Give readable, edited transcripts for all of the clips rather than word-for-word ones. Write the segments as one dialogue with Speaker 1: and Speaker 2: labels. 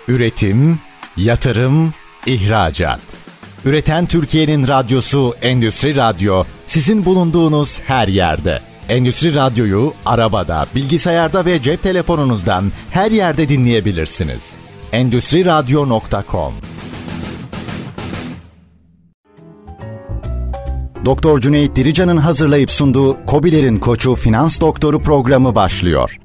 Speaker 1: Üretim, yatırım, ihracat. Üreten Türkiye'nin radyosu Endüstri Radyo, sizin bulunduğunuz her yerde. Endüstri Radyo'yu arabada, bilgisayarda ve cep telefonunuzdan her yerde dinleyebilirsiniz. Endüstriradyo.com. Doktor Cüneyt Dirican'ın hazırlayıp sunduğu KOBİ'lerin Koçu Finans Doktoru programı başlıyor.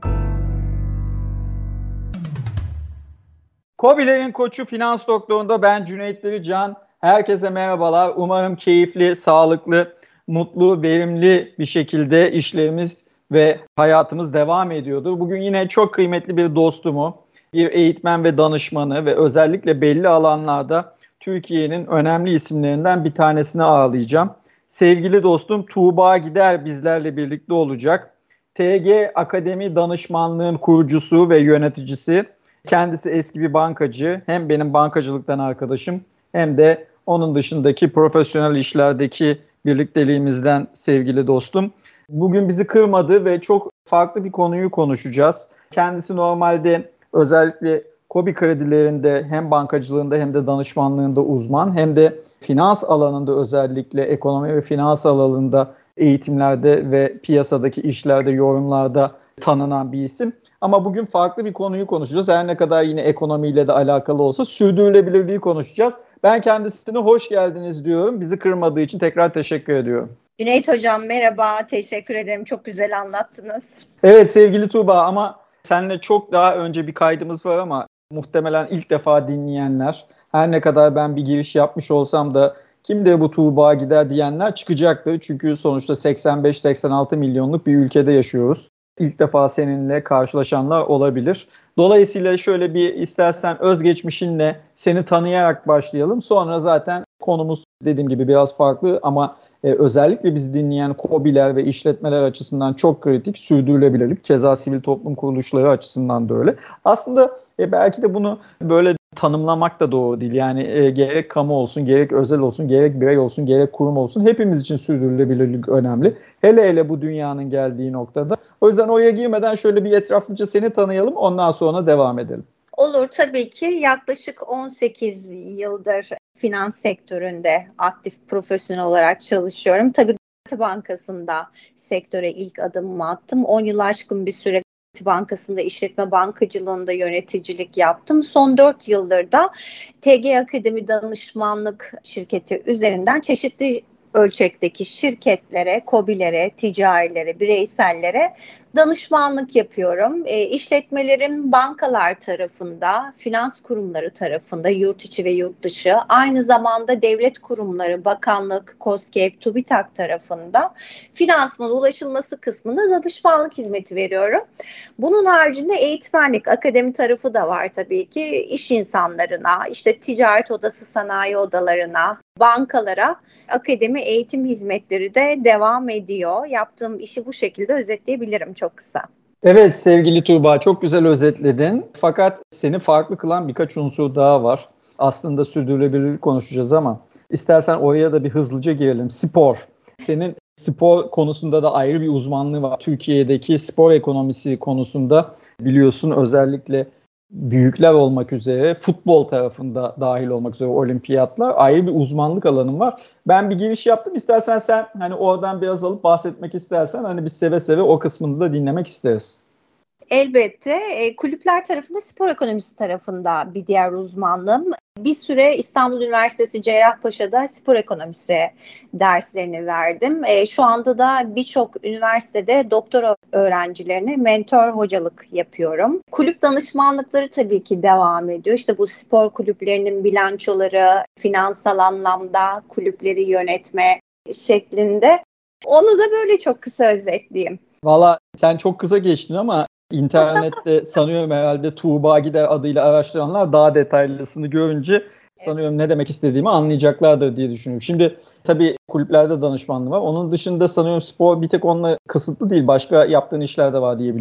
Speaker 2: KOBİ'lerin Koçu Finans Doktoru'nda ben Cüneyt Dirican. Herkese merhabalar. Umarım keyifli, sağlıklı, mutlu, verimli bir şekilde işlerimiz ve hayatımız devam ediyordur. Bugün yine çok kıymetli bir dostumu, bir eğitmen ve danışmanı ve özellikle belli alanlarda Türkiye'nin önemli isimlerinden bir tanesini ağırlayacağım. Sevgili dostum Tuğba Gider bizlerle birlikte olacak. TG Akademi Danışmanlığı'nın kurucusu ve yöneticisi. Kendisi eski bir bankacı. Hem benim bankacılıktan arkadaşım hem de onun dışındaki profesyonel işlerdeki birlikteliğimizden sevgili dostum. Bugün bizi kırmadı ve çok farklı bir konuyu konuşacağız. Kendisi normalde özellikle KOBİ kredilerinde hem bankacılığında hem de danışmanlığında uzman, hem de finans alanında özellikle ekonomi ve finans alanında eğitimlerde ve piyasadaki işlerde, yorumlarda tanınan bir isim. Ama bugün farklı bir konuyu konuşacağız. Her ne kadar yine ekonomiyle de alakalı olsa sürdürülebilirliği konuşacağız. Ben kendisine hoş geldiniz diyorum. Bizi kırmadığı için tekrar teşekkür ediyorum.
Speaker 3: Cüneyt Hocam merhaba, teşekkür ederim. Çok güzel anlattınız.
Speaker 2: Evet sevgili Tuğba, ama seninle çok daha önce bir kaydımız var ama muhtemelen ilk defa dinleyenler, her ne kadar ben bir giriş yapmış olsam da kimdir bu Tuğba Gider diyenler çıkacaktır. Çünkü sonuçta 85-86 milyonluk bir ülkede yaşıyoruz. İlk defa seninle karşılaşanlar olabilir. Dolayısıyla şöyle bir istersen özgeçmişinle seni tanıyarak başlayalım. Sonra zaten konumuz dediğim gibi biraz farklı ama özellikle bizi dinleyen KOBİ'ler ve işletmeler açısından çok kritik, sürdürülebilirlik. Keza sivil toplum kuruluşları açısından da öyle. Aslında belki de bunu böyle tanımlamak da doğru değil. Yani gerek kamu olsun, gerek özel olsun, gerek birey olsun, gerek kurum olsun. Hepimiz için sürdürülebilirlik önemli. Hele hele bu dünyanın geldiği noktada. O yüzden oraya girmeden şöyle bir etraflıca seni tanıyalım. Ondan sonra devam edelim.
Speaker 3: Olur tabii ki. Yaklaşık 18 yıldır finans sektöründe aktif profesyonel olarak çalışıyorum. Tabii Garanti Bankası'nda sektöre ilk adımımı attım. 10 yıl aşkın bir süre Garanti Bankası'nda işletme bankacılığında yöneticilik yaptım. Son 4 yıldır da TG Akademi Danışmanlık şirketi üzerinden çeşitli ölçekteki şirketlere, KOBİ'lere, ticarilere, bireysellere danışmanlık yapıyorum. İşletmelerin bankalar tarafında, finans kurumları tarafında, yurt içi ve yurt dışı, aynı zamanda devlet kurumları, bakanlık, KOSGEB, TÜBİTAK tarafında finansman ulaşılması kısmında danışmanlık hizmeti veriyorum. Bunun haricinde eğitmenlik, akademi tarafı da var tabii ki. İş insanlarına, işte ticaret odası, sanayi odalarına, bankalara akademi eğitim hizmetleri de devam ediyor. Yaptığım işi bu şekilde özetleyebilirim çok kısa.
Speaker 2: Evet sevgili Tuğba, çok güzel özetledin. Fakat seni farklı kılan birkaç unsur daha var. Aslında sürdürülebilirlik konuşacağız ama istersen oraya da bir hızlıca girelim. Spor. Senin spor konusunda da ayrı bir uzmanlığı var. Türkiye'deki spor ekonomisi konusunda biliyorsun, özellikle büyükler olmak üzere futbol tarafında dahil olmak üzere olimpiyatlar ayrı bir uzmanlık alanım var. Ben bir giriş yaptım. İstersen sen hani oradan biraz alıp bahsetmek istersen hani biz seve seve o kısmını da dinlemek isteriz.
Speaker 3: Elbette kulüpler tarafında, spor ekonomisi tarafında bir diğer uzmanlığım. Bir süre İstanbul Üniversitesi Cerrahpaşa'da spor ekonomisi derslerini verdim. Şu anda da birçok üniversitede doktora öğrencilerine mentor hocalık yapıyorum. Kulüp danışmanlıkları tabii ki devam ediyor. İşte bu spor kulüplerinin bilançoları, finansal anlamda kulüpleri yönetme şeklinde. Onu da böyle çok kısa özetleyeyim.
Speaker 2: Valla sen çok kısa geçtin ama İnternette sanıyorum herhalde Tuğba Gider adıyla araştıranlar daha detaylısını görünce sanıyorum ne demek istediğimi anlayacaklardır diye düşünüyorum. Şimdi tabii kulüplerde danışmanlığı var. Onun dışında sanıyorum spor bir tek onunla kısıtlı değil. Başka yaptığın işler de var diye biliyorum.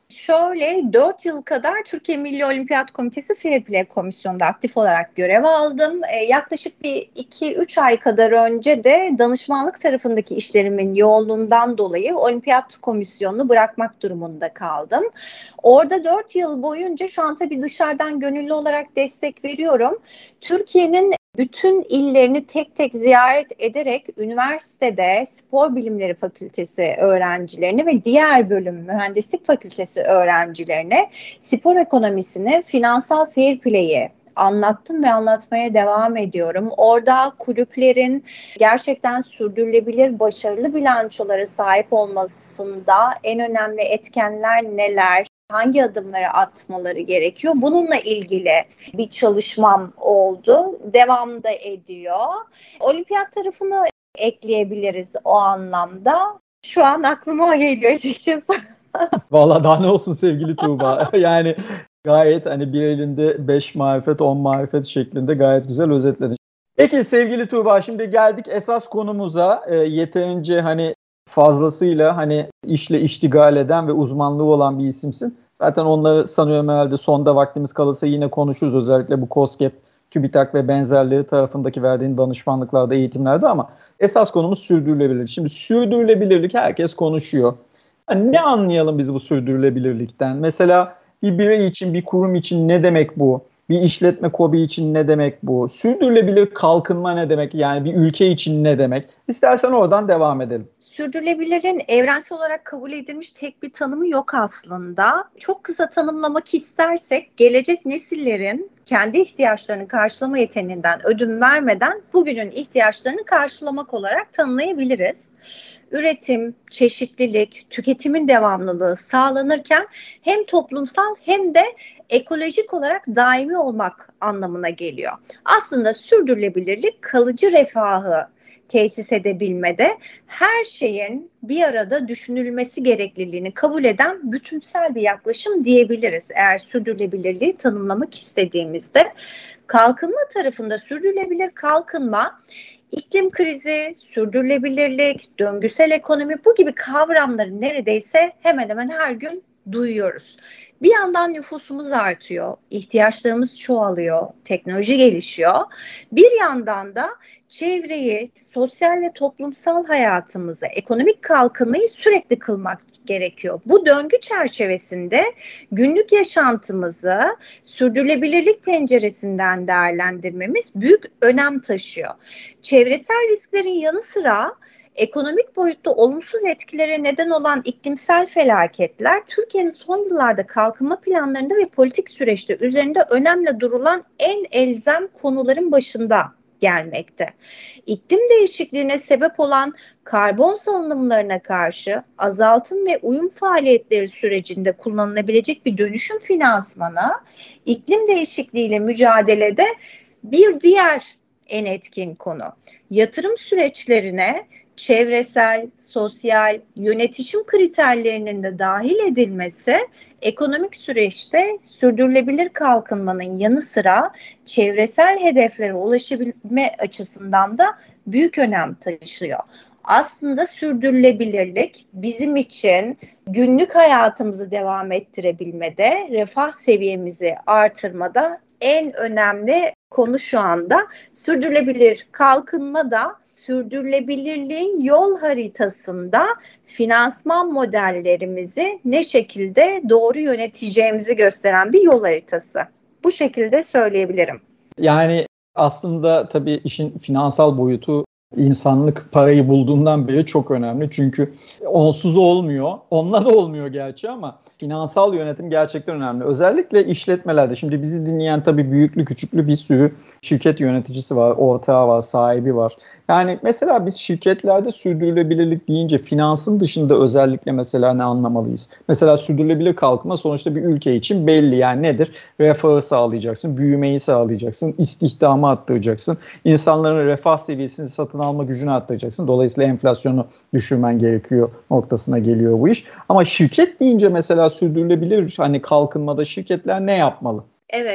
Speaker 3: Şöyle 4 yıl kadar Türkiye Milli Olimpiyat Komitesi Fair Play Komisyonu'nda aktif olarak görev aldım. Yaklaşık bir 2-3 ay kadar önce de danışmanlık tarafındaki işlerimin yoğunluğundan dolayı Olimpiyat Komisyonu'nu bırakmak durumunda kaldım. Orada 4 yıl boyunca şu an tabii dışarıdan gönüllü olarak destek veriyorum. Türkiye'nin bütün illerini tek tek ziyaret ederek üniversitede spor bilimleri fakültesi öğrencilerini ve diğer bölüm mühendislik fakültesi öğrencilerine spor ekonomisini, finansal fair play'i anlattım ve anlatmaya devam ediyorum. Orada kulüplerin gerçekten sürdürülebilir, başarılı bilançolara sahip olmasında en önemli etkenler neler? Hangi adımları atmaları gerekiyor? Bununla ilgili bir çalışmam oldu. Devam da ediyor. Olimpiyat tarafını ekleyebiliriz o anlamda. Şu an aklıma geliyor açıkçası.
Speaker 2: Vallahi daha ne olsun sevgili Tuğba. Yani gayet hani bir elinde 5 marifet 10 marifet şeklinde gayet güzel özetledin. Peki sevgili Tuğba, şimdi geldik esas konumuza. Yeterince hani fazlasıyla hani işle iştigal eden ve uzmanlığı olan bir isimsin. Zaten onları sanıyorum herhalde sonda vaktimiz kalırsa yine konuşuruz. Özellikle bu KOSGEB, TÜBİTAK ve benzerleri tarafındaki verdiğin danışmanlıklarda, eğitimlerde, ama esas konumuz sürdürülebilirlik. Şimdi sürdürülebilirlik herkes konuşuyor. Yani ne anlayalım biz bu sürdürülebilirlikten? Mesela bir birey için, bir kurum için ne demek bu? Bir işletme KOBİ için ne demek bu? Sürdürülebilir kalkınma ne demek? Yani bir ülke için ne demek? İstersen oradan devam edelim.
Speaker 3: Sürdürülebilirliğin evrensel olarak kabul edilmiş tek bir tanımı yok aslında. Çok kısa tanımlamak istersek gelecek nesillerin kendi ihtiyaçlarını karşılama yeteneğinden ödün vermeden bugünün ihtiyaçlarını karşılamak olarak tanımlayabiliriz. Üretim, çeşitlilik, tüketimin devamlılığı sağlanırken hem toplumsal hem de ekolojik olarak daimi olmak anlamına geliyor. Aslında sürdürülebilirlik kalıcı refahı tesis edebilmede her şeyin bir arada düşünülmesi gerekliliğini kabul eden bütünsel bir yaklaşım diyebiliriz eğer sürdürülebilirliği tanımlamak istediğimizde. Kalkınma tarafında sürdürülebilir kalkınma, İklim krizi, sürdürülebilirlik, döngüsel ekonomi bu gibi kavramları neredeyse hemen hemen her gün duyuyoruz. Bir yandan nüfusumuz artıyor, ihtiyaçlarımız çoğalıyor, teknoloji gelişiyor. Bir yandan da çevreyi, sosyal ve toplumsal hayatımızı, ekonomik kalkınmayı sürekli kılmak gerekiyor. Bu döngü çerçevesinde günlük yaşantımızı sürdürülebilirlik penceresinden değerlendirmemiz büyük önem taşıyor. Çevresel risklerin yanı sıra ekonomik boyutta olumsuz etkilere neden olan iklimsel felaketler Türkiye'nin son yıllarda kalkınma planlarında ve politik süreçte üzerinde önemli durulan en elzem konuların başında gelmekte. İklim değişikliğine sebep olan karbon salınımlarına karşı azaltım ve uyum faaliyetleri sürecinde kullanılabilecek bir dönüşüm finansmanı, iklim değişikliğiyle mücadelede bir diğer en etkin konu. Yatırım süreçlerine çevresel, sosyal, yönetişim kriterlerinin de dahil edilmesi ekonomik süreçte sürdürülebilir kalkınmanın yanı sıra çevresel hedeflere ulaşabilme açısından da büyük önem taşıyor. Aslında sürdürülebilirlik bizim için günlük hayatımızı devam ettirebilmede, refah seviyemizi artırmada en önemli konu şu anda. Sürdürülebilir kalkınma da sürdürülebilirliğin yol haritasında finansman modellerimizi ne şekilde doğru yöneteceğimizi gösteren bir yol haritası. Bu şekilde söyleyebilirim.
Speaker 2: Yani aslında tabii işin finansal boyutu insanlık parayı bulduğundan beri çok önemli. Çünkü onsuz olmuyor. Onunla da olmuyor gerçi ama finansal yönetim gerçekten önemli. Özellikle işletmelerde. Şimdi bizi dinleyen tabii büyüklü küçüklü bir sürü şirket yöneticisi var, ortağı var, sahibi var. Yani mesela biz şirketlerde sürdürülebilirlik deyince finansın dışında özellikle mesela ne anlamalıyız? Mesela sürdürülebilir kalkınma sonuçta bir ülke için belli. Yani nedir? Refahı sağlayacaksın, büyümeyi sağlayacaksın, istihdamı arttıracaksın, insanların refah seviyesini satın alma gücünü arttıracaksın. Dolayısıyla enflasyonu düşürmen gerekiyor noktasına geliyor bu iş. Ama şirket deyince mesela sürdürülebilir hani kalkınmada şirketler ne yapmalı?
Speaker 3: Evet.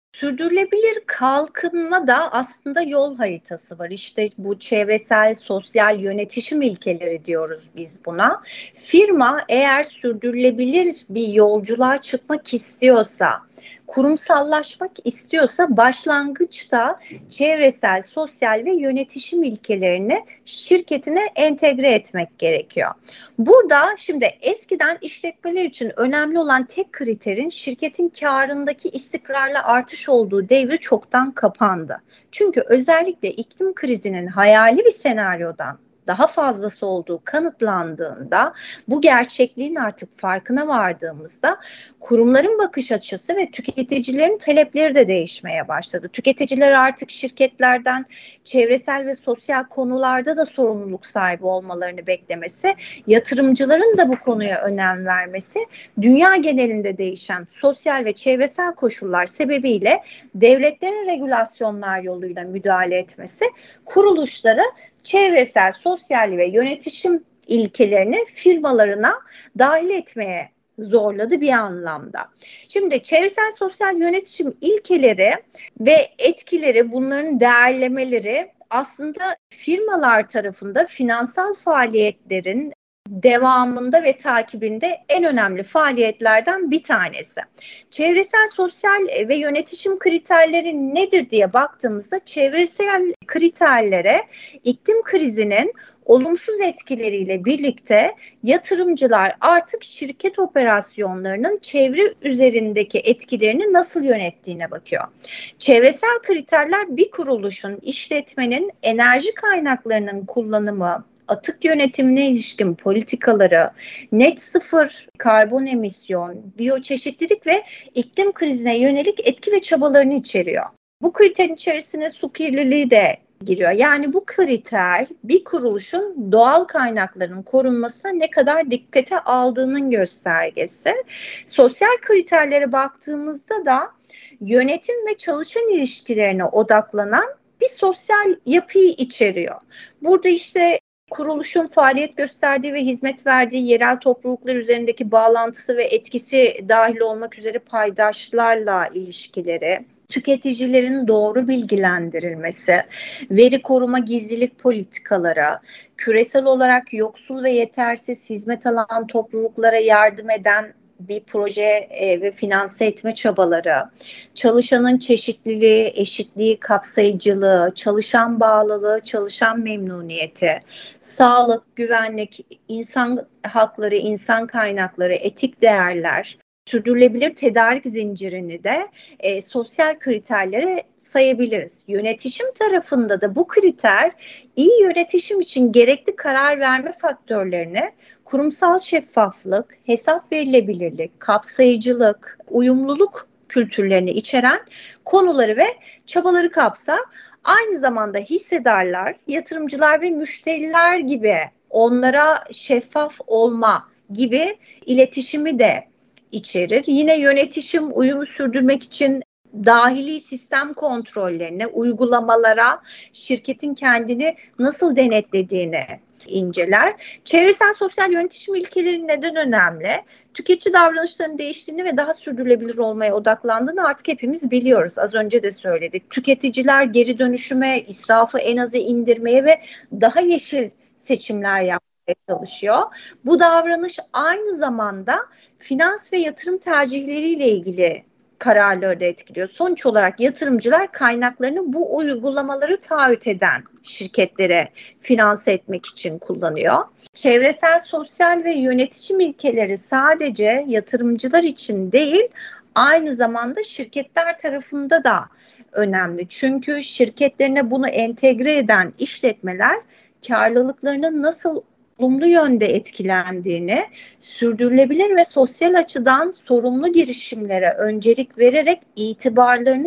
Speaker 3: Sürdürülebilir kalkınma da aslında yol haritası var. İşte bu çevresel, sosyal yönetişim ilkeleri diyoruz biz buna. Firma eğer sürdürülebilir bir yolculuğa çıkmak istiyorsa, kurumsallaşmak istiyorsa başlangıçta çevresel, sosyal ve yönetişim ilkelerini şirketine entegre etmek gerekiyor. Burada şimdi eskiden işletmeler için önemli olan tek kriterin şirketin karındaki istikrarlı artış olduğu devri çoktan kapandı. Çünkü özellikle iklim krizinin hayali bir senaryodan daha fazlası olduğu kanıtlandığında, bu gerçekliğin artık farkına vardığımızda kurumların bakış açısı ve tüketicilerin talepleri de değişmeye başladı. Tüketiciler artık şirketlerden çevresel ve sosyal konularda da sorumluluk sahibi olmalarını beklemesi, yatırımcıların da bu konuya önem vermesi, dünya genelinde değişen sosyal ve çevresel koşullar sebebiyle devletlerin regülasyonlar yoluyla müdahale etmesi, kuruluşları çevresel, sosyal ve yönetişim ilkelerini firmalarına dahil etmeye zorladı bir anlamda. Şimdi çevresel sosyal yönetişim ilkeleri ve etkileri, bunların değerlemeleri aslında firmalar tarafında finansal faaliyetlerin devamında ve takibinde en önemli faaliyetlerden bir tanesi. Çevresel, sosyal ve yönetişim kriterleri nedir diye baktığımızda çevresel kriterlere iklim krizinin olumsuz etkileriyle birlikte yatırımcılar artık şirket operasyonlarının çevre üzerindeki etkilerini nasıl yönettiğine bakıyor. Çevresel kriterler bir kuruluşun, işletmenin enerji kaynaklarının kullanımı, atık yönetimine ilişkin politikaları, net sıfır karbon emisyon, biyoçeşitlilik ve iklim krizine yönelik etki ve çabalarını içeriyor. Bu kriterin içerisine su kirliliği de giriyor. Yani bu kriter bir kuruluşun doğal kaynakların korunmasına ne kadar dikkate aldığının göstergesi. Sosyal kriterlere baktığımızda da yönetim ve çalışan ilişkilerine odaklanan bir sosyal yapıyı içeriyor. Burada işte kuruluşun faaliyet gösterdiği ve hizmet verdiği yerel topluluklar üzerindeki bağlantısı ve etkisi dahil olmak üzere paydaşlarla ilişkileri, tüketicilerin doğru bilgilendirilmesi, veri koruma gizlilik politikaları, küresel olarak yoksul ve yetersiz hizmet alan topluluklara yardım eden bir proje ve finanse etme çabaları, çalışanın çeşitliliği, eşitliği, kapsayıcılığı, çalışan bağlılığı, çalışan memnuniyeti, sağlık, güvenlik, insan hakları, insan kaynakları, etik değerler, sürdürülebilir tedarik zincirini de sosyal kriterlere sayabiliriz. Yönetişim tarafında da bu kriter iyi yönetişim için gerekli karar verme faktörlerini kurumsal şeffaflık, hesap verilebilirlik, kapsayıcılık, uyumluluk kültürlerini içeren konuları ve çabaları kapsar. Aynı zamanda hissedarlar, yatırımcılar ve müşteriler gibi onlara şeffaf olma gibi iletişimi de içerir. Yine yönetişim uyumu sürdürmek için dahili sistem kontrollerine, uygulamalara, şirketin kendini nasıl denetlediğini inceler. Çevresel sosyal yönetişim ilkeleri neden önemli? Tüketici davranışlarının değiştiğini ve daha sürdürülebilir olmaya odaklandığını artık hepimiz biliyoruz. Az önce de söyledik. Tüketiciler geri dönüşüme, israfı en aza indirmeye ve daha yeşil seçimler yapmaya çalışıyor. Bu davranış aynı zamanda finans ve yatırım tercihleriyle ilgili kararları da etkiliyor. Sonuç olarak yatırımcılar kaynaklarını bu uygulamaları taahhüt eden şirketlere finanse etmek için kullanıyor. Çevresel, sosyal ve yönetişim ilkeleri sadece yatırımcılar için değil, aynı zamanda şirketler tarafında da önemli. Çünkü şirketlerine bunu entegre eden işletmeler karlılıklarının nasıl olumlu yönde etkilendiğini, sürdürülebilir ve sosyal açıdan sorumlu girişimlere öncelik vererek itibarlarını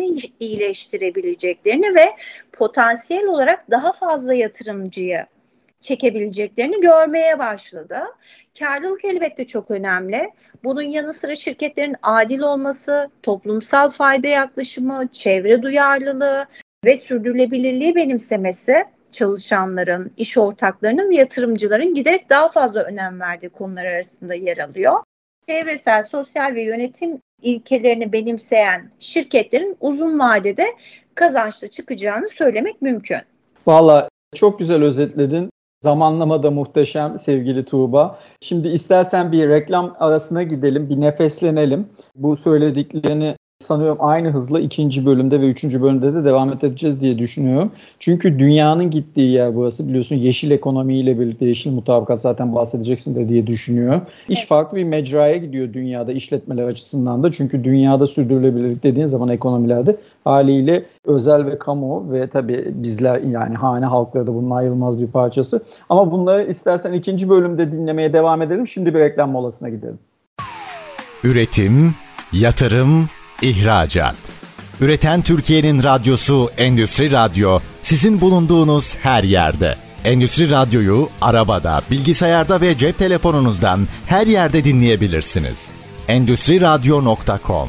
Speaker 3: iyileştirebileceklerini ve potansiyel olarak daha fazla yatırımcıyı çekebileceklerini görmeye başladı. Karlılık elbette çok önemli. Bunun yanı sıra şirketlerin adil olması, toplumsal fayda yaklaşımı, çevre duyarlılığı ve sürdürülebilirliği benimsemesi çalışanların, iş ortaklarının ve yatırımcıların giderek daha fazla önem verdiği konular arasında yer alıyor. Çevresel, sosyal ve yönetim ilkelerini benimseyen şirketlerin uzun vadede kazançlı çıkacağını söylemek mümkün.
Speaker 2: Valla çok güzel özetledin. Zamanlama da muhteşem sevgili Tuğba. Şimdi istersen bir reklam arasına gidelim, bir nefeslenelim. Bu söylediklerini sanıyorum aynı hızla 2. bölümde ve 3. bölümde de devam edeceğiz diye düşünüyorum. Çünkü dünyanın gittiği yer burası. Biliyorsun yeşil ekonomiyle birlikte yeşil mutabakat zaten bahsedeceksin de diye düşünüyorum. İş farklı bir mecraya gidiyor dünyada işletmeler açısından da. Çünkü dünyada sürdürülebilirlik dediğin zaman ekonomilerde haliyle özel ve kamu ve tabii bizler yani hane halkları da bunun ayrılmaz bir parçası. Ama bunları istersen 2. bölümde dinlemeye devam edelim. Şimdi bir reklam molasına gidelim.
Speaker 1: Üretim, yatırım, İhracat. Üreten Türkiye'nin radyosu Endüstri Radyo, sizin bulunduğunuz her yerde. Endüstri Radyo'yu arabada, bilgisayarda ve cep telefonunuzdan her yerde dinleyebilirsiniz. Endüstriradyo.com.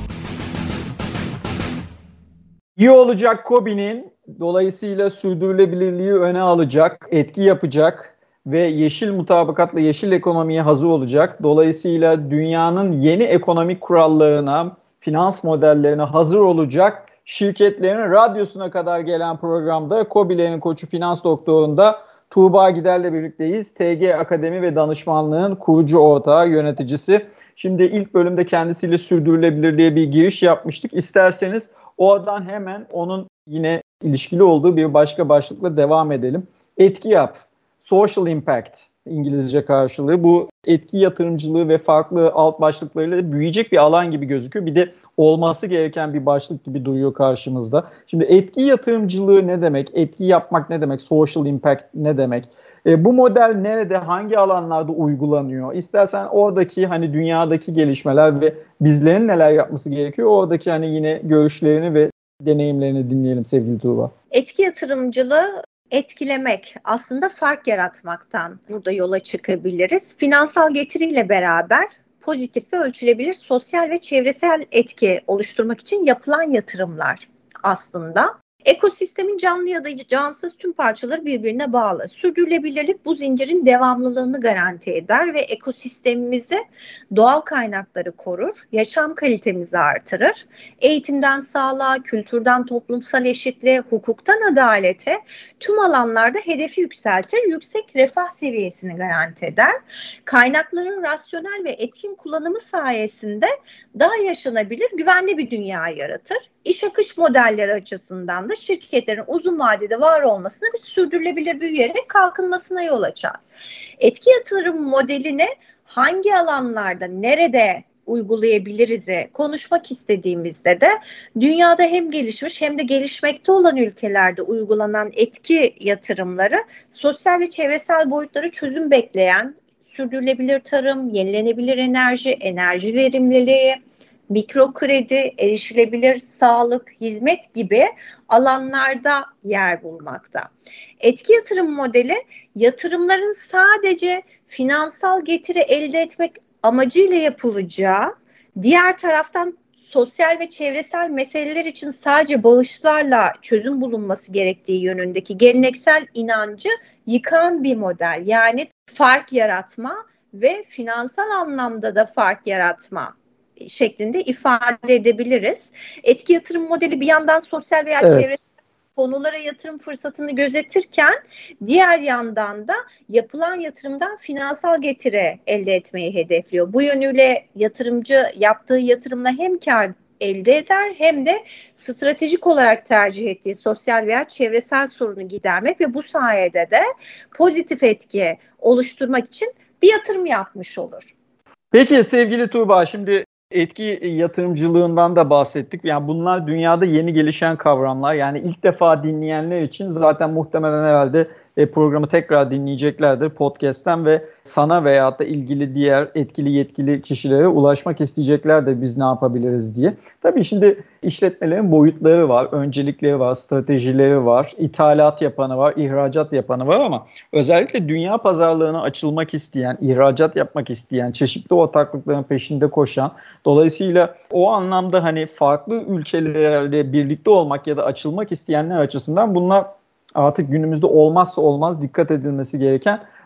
Speaker 2: İyi olacak KOBİ'nin dolayısıyla sürdürülebilirliği öne alacak, etki yapacak ve yeşil mutabakatla yeşil ekonomiye hazır olacak. Dolayısıyla dünyanın yeni ekonomik kurallarına, finans modellerine hazır olacak şirketlerin radyosuna kadar gelen programda KOBİ'lerin koçu finans doktorunda Tuğba Gider'le birlikteyiz. TG Akademi ve Danışmanlığın kurucu ortağı, yöneticisi. Şimdi ilk bölümde kendisiyle sürdürülebilirliğe bir giriş yapmıştık. İsterseniz oradan hemen onun yine ilişkili olduğu bir başka başlıkla devam edelim. Etki yap, social impact İngilizce karşılığı. Bu etki yatırımcılığı ve farklı alt başlıklarıyla büyüyecek bir alan gibi gözüküyor. Bir de olması gereken bir başlık gibi duruyor karşımızda. Şimdi etki yatırımcılığı ne demek? Etki yapmak ne demek? Social impact ne demek? Bu model nerede, hangi alanlarda uygulanıyor? İstersen oradaki hani dünyadaki gelişmeler ve bizlerin neler yapması gerekiyor? Oradaki hani yine görüşlerini ve deneyimlerini dinleyelim sevgili Tuğba.
Speaker 3: Etki yatırımcılığı etkilemek, aslında fark yaratmaktan burada yola çıkabiliriz. Finansal getiriyle beraber pozitif ve ölçülebilir sosyal ve çevresel etki oluşturmak için yapılan yatırımlar aslında. Ekosistemin canlı ya da cansız tüm parçaları birbirine bağlı. Sürdürülebilirlik bu zincirin devamlılığını garanti eder ve ekosistemimizi, doğal kaynakları korur, yaşam kalitemizi artırır. Eğitimden sağlığa, kültürden toplumsal eşitliğe, hukuktan adalete tüm alanlarda hedefi yükseltir, yüksek refah seviyesini garanti eder. Kaynakların rasyonel ve etkin kullanımı sayesinde daha yaşanabilir, güvenli bir dünya yaratır. İş akış modelleri açısından da şirketlerin uzun vadede var olmasına ve sürdürülebilir büyüyerek kalkınmasına yol açar. Etki yatırım modelini hangi alanlarda, nerede uygulayabiliriz'i konuşmak istediğimizde de dünyada hem gelişmiş hem de gelişmekte olan ülkelerde uygulanan etki yatırımları sosyal ve çevresel boyutları çözüm bekleyen sürdürülebilir tarım, yenilenebilir enerji, enerji verimliliği, mikro kredi, erişilebilir sağlık, hizmet gibi alanlarda yer bulmakta. Etki yatırım modeli yatırımların sadece finansal getiri elde etmek amacıyla yapılacağı, diğer taraftan sosyal ve çevresel meseleler için sadece bağışlarla çözüm bulunması gerektiği yönündeki geleneksel inancı yıkan bir model. Yani fark yaratma ve finansal anlamda da fark yaratma şeklinde ifade edebiliriz. Etki yatırım modeli bir yandan sosyal veya çevresel konulara yatırım fırsatını gözetirken diğer yandan da yapılan yatırımdan finansal getiri elde etmeyi hedefliyor. Bu yönüyle yatırımcı yaptığı yatırımla hem kar elde eder hem de stratejik olarak tercih ettiği sosyal veya çevresel sorunu gidermek ve bu sayede de pozitif etki oluşturmak için bir yatırım yapmış olur.
Speaker 2: Peki sevgili Tuğba, şimdi etki yatırımcılığından da bahsettik. Yani bunlar dünyada yeni gelişen kavramlar. Yani ilk defa dinleyenler için zaten muhtemelen herhalde programı tekrar dinleyeceklerdir podcast'ten ve sana veyahut da ilgili diğer etkili yetkili kişilere ulaşmak isteyeceklerdir biz ne yapabiliriz diye. Tabii şimdi işletmelerin boyutları var, öncelikleri var, stratejileri var, ithalat yapanı var, ihracat yapanı var ama özellikle dünya pazarlarına açılmak isteyen, ihracat yapmak isteyen, çeşitli ortaklıkların peşinde koşan, dolayısıyla o anlamda hani farklı ülkelerle birlikte olmak ya da açılmak isteyenler açısından bunlar artık günümüzde olmazsa olmaz dikkat edilmesi gereken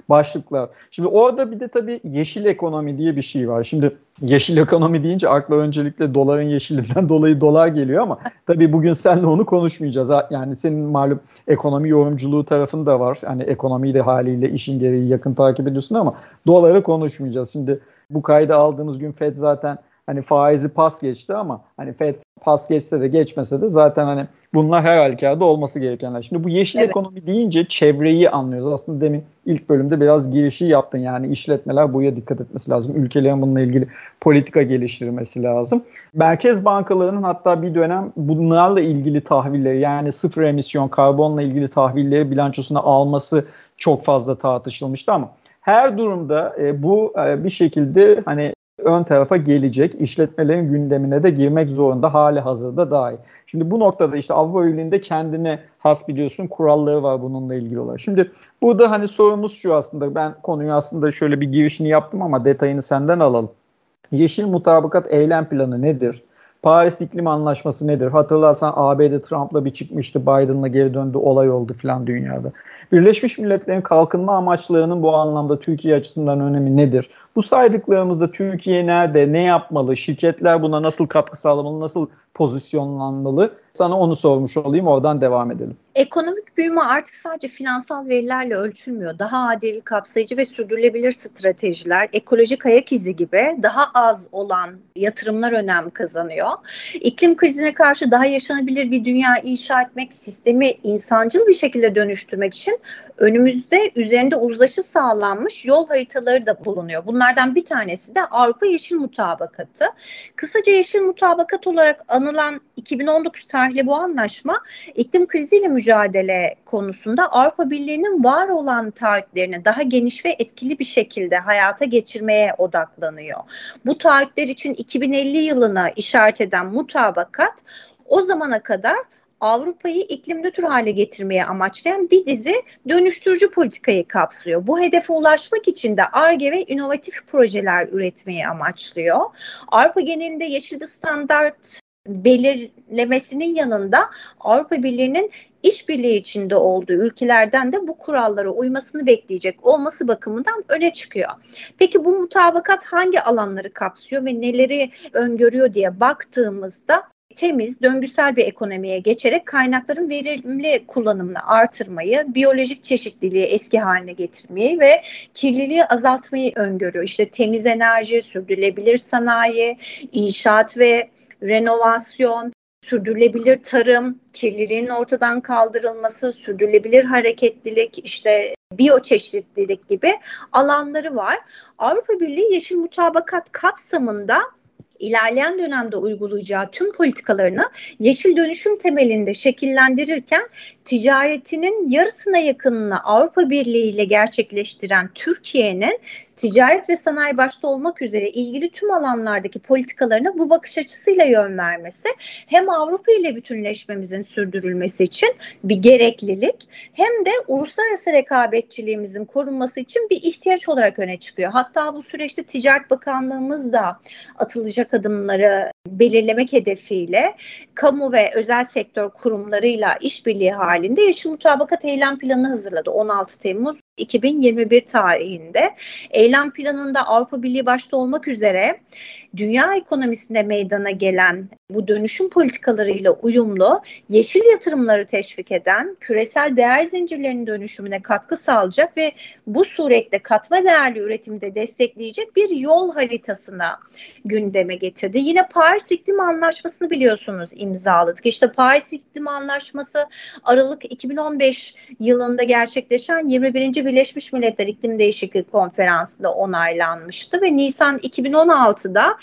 Speaker 2: başlıklar. Şimdi orada bir de tabii yeşil ekonomi diye bir şey var. Şimdi yeşil ekonomi deyince akla öncelikle doların yeşilinden dolayı dolar geliyor ama tabii bugün seninle onu konuşmayacağız. Yani senin malum ekonomi yorumculuğu tarafın da var. Hani ekonomiyi de haliyle işin gereği yakın takip ediyorsun ama doları konuşmayacağız. Şimdi bu kaydı aldığımız gün FED zaten hani faizi pas geçti ama hani FED pas geçse de geçmese de zaten hani bunlar her halükarda olması gerekenler. Şimdi bu yeşil ekonomi deyince çevreyi anlıyoruz. Aslında demin ilk bölümde biraz girişi yaptın. Yani işletmeler buraya dikkat etmesi lazım. Ülkelerin bununla ilgili politika geliştirmesi lazım. Merkez bankalarının hatta bir dönem bunlarla ilgili tahvilleri, yani sıfır emisyon karbonla ilgili tahvilleri bilançosuna alması çok fazla tartışılmıştı ama her durumda bu bir şekilde hani ön tarafa gelecek, işletmelerin gündemine de girmek zorunda, hali hazırda dahi. Şimdi bu noktada işte Avrupa Birliği'nde kendine has biliyorsun kuralları var bununla ilgili olarak. Şimdi burada hani sorumuz şu, aslında ben konuyu aslında şöyle bir girişini yaptım ama detayını senden alalım. Yeşil Mutabakat Eylem Planı nedir? Paris İklim Anlaşması nedir? Hatırlarsan ABD Trump'la bir çıkmıştı, Biden'la geri döndü, olay oldu filan dünyada. Birleşmiş Milletler'in kalkınma amaçlarının bu anlamda Türkiye açısından önemi nedir? Bu saydıklarımızda Türkiye nerede, ne yapmalı, şirketler buna nasıl katkı sağlamalı, nasıl pozisyonlanmalı? Sana onu sormuş olayım, oradan devam edelim.
Speaker 3: Ekonomik büyüme artık sadece finansal verilerle ölçülmüyor. Daha adil, kapsayıcı ve sürdürülebilir stratejiler, ekolojik ayak izi gibi daha az olan yatırımlar önem kazanıyor. İklim krizine karşı daha yaşanabilir bir dünya inşa etmek, sistemi insancıl bir şekilde dönüştürmek için önümüzde üzerinde uzlaşı sağlanmış yol haritaları da bulunuyor. Bunlardan bir tanesi de Avrupa Yeşil Mutabakatı. Kısaca Yeşil Mutabakat olarak anılan 2019 tarihli bu anlaşma iklim kriziyle mücadele konusunda Avrupa Birliği'nin var olan taahhütlerini daha geniş ve etkili bir şekilde hayata geçirmeye odaklanıyor. Bu taahhütler için 2050 yılına işaret eden mutabakat o zamana kadar Avrupa'yı iklim nötr hale getirmeye amaçlayan bir dizi dönüştürücü politikayı kapsıyor. Bu hedefe ulaşmak için de Ar-Ge ve inovatif projeler üretmeyi amaçlıyor. Avrupa genelinde yeşil bir standart belirlemesinin yanında Avrupa Birliği'nin işbirliği içinde olduğu ülkelerden de bu kurallara uymasını bekleyecek olması bakımından öne çıkıyor. Peki bu mutabakat hangi alanları kapsıyor ve neleri öngörüyor diye baktığımızda temiz, döngüsel bir ekonomiye geçerek kaynakların verimli kullanımını artırmayı, biyolojik çeşitliliği eski haline getirmeyi ve kirliliği azaltmayı öngörüyor. İşte temiz enerji, sürdürülebilir sanayi, inşaat ve renovasyon, sürdürülebilir tarım, kirliliğin ortadan kaldırılması, sürdürülebilir hareketlilik, işte biyoçeşitlilik gibi alanları var. Avrupa Birliği Yeşil Mutabakat kapsamında ilerleyen dönemde uygulayacağı tüm politikalarını yeşil dönüşüm temelinde şekillendirirken ticaretinin yarısına yakınını Avrupa Birliği ile gerçekleştiren Türkiye'nin ticaret ve sanayi başta olmak üzere ilgili tüm alanlardaki politikalarına bu bakış açısıyla yön vermesi hem Avrupa ile bütünleşmemizin sürdürülmesi için bir gereklilik hem de uluslararası rekabetçiliğimizin korunması için bir ihtiyaç olarak öne çıkıyor. Hatta bu süreçte Ticaret Bakanlığımız da atılacak adımları belirlemek hedefiyle kamu ve özel sektör kurumlarıyla işbirliği halinde Yeşil Mutabakat Eylem Planı hazırladı 16 Temmuz 2021 tarihinde. Eylem planında Avrupa Birliği başta olmak üzere dünya ekonomisinde meydana gelen bu dönüşüm politikalarıyla uyumlu yeşil yatırımları teşvik eden, küresel değer zincirlerinin dönüşümüne katkı sağlayacak ve bu surette katma değerli üretimde destekleyecek bir yol haritasına gündeme getirdi. Yine Paris İklim Anlaşması'nı biliyorsunuz imzaladık. İşte Paris İklim Anlaşması Aralık 2015 yılında gerçekleşen 21. Birleşmiş Milletler İklim Değişikliği Konferansı'nda onaylanmıştı ve Nisan 2016'da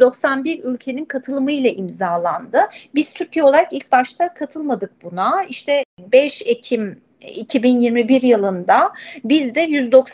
Speaker 3: 191 ülkenin katılımıyla imzalandı. Biz Türkiye olarak ilk başta katılmadık buna. İşte 5 Ekim 2021 yılında biz de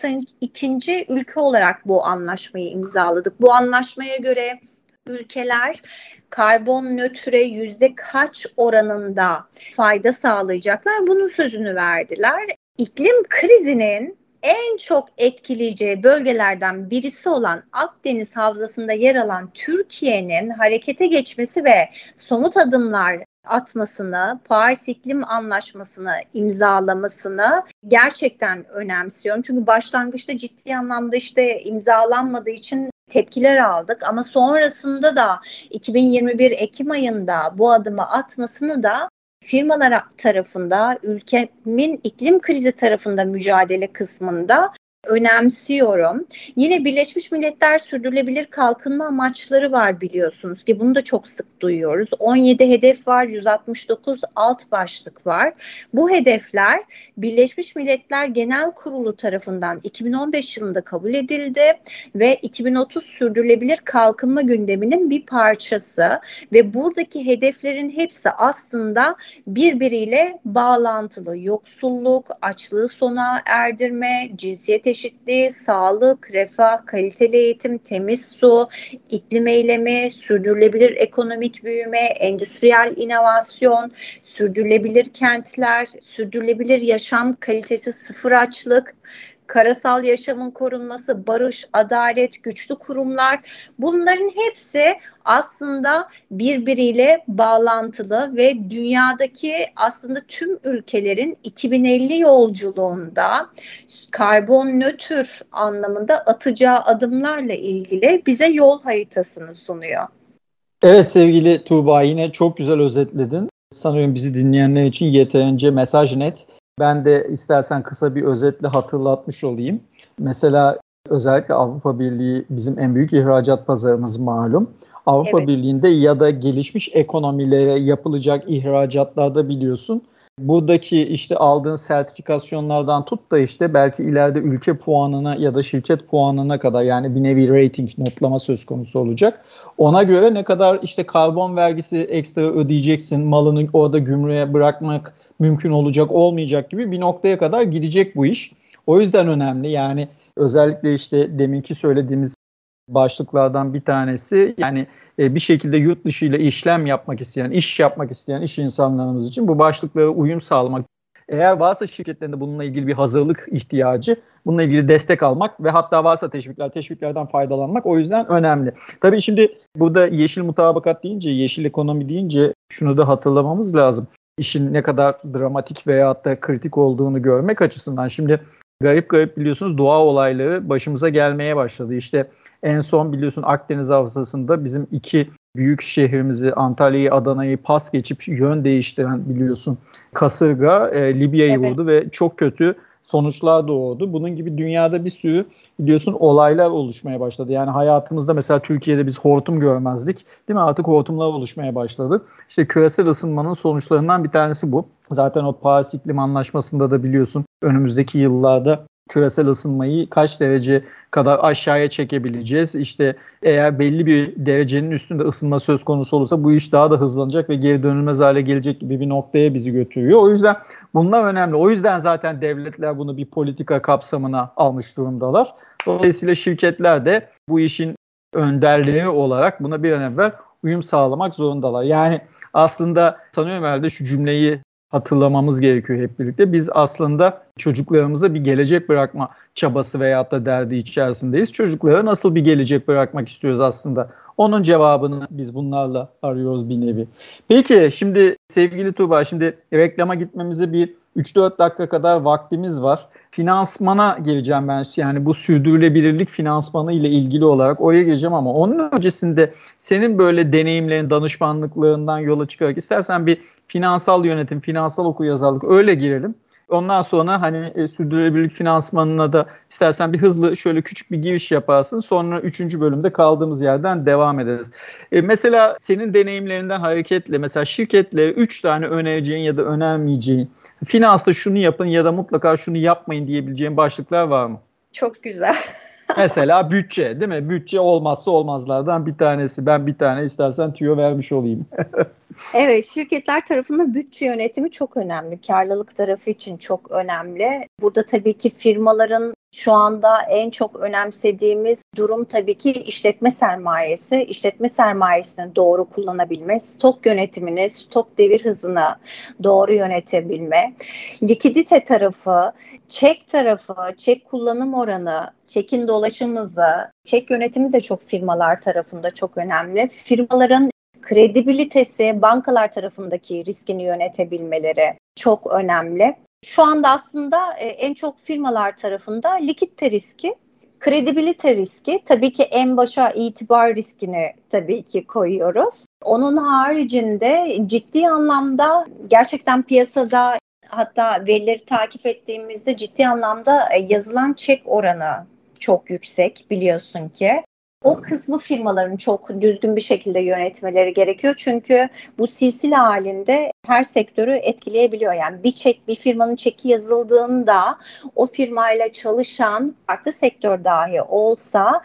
Speaker 3: 192. ülke olarak bu anlaşmayı imzaladık. Bu anlaşmaya göre ülkeler karbon nötre yüzde kaç oranında fayda sağlayacaklar? Bunun sözünü verdiler. İklim krizinin en çok etkileyeceği bölgelerden birisi olan Akdeniz Havzası'nda yer alan Türkiye'nin harekete geçmesi ve somut adımlar atmasını, Paris İklim Anlaşması'nı imzalamasını gerçekten önemsiyorum. Çünkü başlangıçta ciddi anlamda imzalanmadığı için tepkiler aldık ama sonrasında da 2021 Ekim ayında bu adımı atmasını da firmalar tarafında, ülkemin iklim krizi tarafında mücadele kısmında önemsiyorum. Yine Birleşmiş Milletler Sürdürülebilir Kalkınma Amaçları var biliyorsunuz ki bunu da çok sık duyuyoruz. 17 hedef var, 169 alt başlık var. Bu hedefler Birleşmiş Milletler Genel Kurulu tarafından 2015 yılında kabul edildi ve 2030 sürdürülebilir kalkınma gündeminin bir parçası ve buradaki hedeflerin hepsi aslında birbiriyle bağlantılı. Yoksulluk, açlığı sona erdirme, cinsiyet eşitliği, sağlık, refah, kaliteli eğitim, temiz su, iklim eylemi, sürdürülebilir ekonomik büyüme, endüstriyel inovasyon, sürdürülebilir kentler, sürdürülebilir yaşam kalitesi, sıfır açlık, karasal yaşamın korunması, barış, adalet, güçlü kurumlar, bunların hepsi aslında birbiriyle bağlantılı ve dünyadaki aslında tüm ülkelerin 2050 yolculuğunda karbon nötr anlamında atacağı adımlarla ilgili bize yol haritasını sunuyor.
Speaker 2: Evet sevgili Tuğba, yine çok güzel özetledin. Sanıyorum bizi dinleyenler için yeterince mesaj net. Ben de istersen kısa bir özetle hatırlatmış olayım. Mesela özellikle Avrupa Birliği bizim en büyük ihracat pazarımız malum. Avrupa
Speaker 3: Evet.
Speaker 2: Birliği'nde ya da gelişmiş ekonomilere yapılacak ihracatlarda biliyorsun. Buradaki aldığın sertifikasyonlardan tut da belki ileride ülke puanına ya da şirket puanına kadar, yani bir nevi rating, notlama söz konusu olacak. Ona göre ne kadar karbon vergisi ekstra ödeyeceksin, malını orada gümrüğe bırakmak mümkün olacak olmayacak gibi bir noktaya kadar gidecek bu iş. O yüzden önemli, yani özellikle deminki söylediğimiz başlıklardan bir tanesi, yani bir şekilde yurt dışı ile işlem yapmak isteyen, iş yapmak isteyen iş insanlarımız için bu başlıklara uyum sağlamak. Eğer varsa şirketlerinde bununla ilgili bir hazırlık ihtiyacı, bununla ilgili destek almak ve hatta varsa teşviklerden faydalanmak o yüzden önemli. Tabii şimdi burada yeşil mutabakat deyince, yeşil ekonomi deyince şunu da hatırlamamız lazım. İşin ne kadar dramatik veyahut da kritik olduğunu görmek açısından. Şimdi garip biliyorsunuz doğa olayları başımıza gelmeye başladı. En son biliyorsun Akdeniz Havzası'nda bizim iki büyük şehrimizi, Antalya'yı, Adana'yı pas geçip yön değiştiren biliyorsun kasırga Libya'yı vurdu ve çok kötü sonuçlar doğurdu. Bunun gibi dünyada bir sürü biliyorsun olaylar oluşmaya başladı. Yani hayatımızda mesela Türkiye'de biz hortum görmezdik, değil mi? Artık hortumlar oluşmaya başladı. Küresel ısınmanın sonuçlarından bir tanesi bu. Zaten o Paris İklim Anlaşması'nda da biliyorsun önümüzdeki yıllarda küresel ısınmayı kaç derece kadar aşağıya çekebileceğiz. Eğer belli bir derecenin üstünde ısınma söz konusu olursa bu iş daha da hızlanacak ve geri dönülmez hale gelecek gibi bir noktaya bizi götürüyor. O yüzden bunlar önemli. O yüzden zaten devletler bunu bir politika kapsamına almış durumdalar. Dolayısıyla şirketler de bu işin önderleri olarak buna bir an evvel uyum sağlamak zorundalar. Yani aslında sanıyorum herhalde şu cümleyi hatırlamamız gerekiyor hep birlikte. Biz aslında çocuklarımıza bir gelecek bırakma çabası veyahut da derdi içerisindeyiz. Çocuklara nasıl bir gelecek bırakmak istiyoruz aslında? Onun cevabını biz bunlarla arıyoruz bir nevi. Peki şimdi sevgili Tuğba, şimdi reklama gitmemize bir 3-4 dakika kadar vaktimiz var. Finansmana geleceğim ben. Yani bu sürdürülebilirlik finansmanı ile ilgili olarak oraya geleceğim ama onun öncesinde senin böyle deneyimlerin, danışmanlıklarından yola çıkarak istersen bir finansal yönetim, finansal okuryazarlık öyle girelim. Ondan sonra sürdürülebilirlik finansmanına da istersen bir hızlı şöyle küçük bir giriş yaparsın. Sonra 3. bölümde kaldığımız yerden devam ederiz. Mesela senin deneyimlerinden hareketle mesela şirketlere 3 tane önereceğin ya da önermeyeceğin, finansta şunu yapın ya da mutlaka şunu yapmayın diyebileceğin başlıklar var mı?
Speaker 3: Çok güzel.
Speaker 2: Mesela bütçe, değil mi? Bütçe olmazsa olmazlardan bir tanesi. Ben bir tane istersen tüyo vermiş olayım.
Speaker 3: Evet, şirketler tarafında bütçe yönetimi çok önemli. Karlılık tarafı için çok önemli. Burada tabii ki firmaların şu anda en çok önemsediğimiz durum tabii ki işletme sermayesi. İşletme sermayesini doğru kullanabilme, stok yönetimini, stok devir hızını doğru yönetebilme, likidite tarafı, çek tarafı, çek kullanım oranı, çekin dolaşım hızı, çek yönetimi de çok firmalar tarafında çok önemli. Firmaların kredibilitesi, bankalar tarafındaki riskini yönetebilmeleri çok önemli. Şu anda aslında en çok firmalar tarafında likidite riski, kredibilite riski, tabii ki en başa itibar riskini tabii ki koyuyoruz. Onun haricinde ciddi anlamda gerçekten piyasada, hatta verileri takip ettiğimizde ciddi anlamda yazılan çek oranı çok yüksek, biliyorsun ki. O kısmı firmaların çok düzgün bir şekilde yönetmeleri gerekiyor. Çünkü bu silsile halinde her sektörü etkileyebiliyor. Yani bir firmanın çeki yazıldığında o firmayla çalışan farklı sektör dahi olsa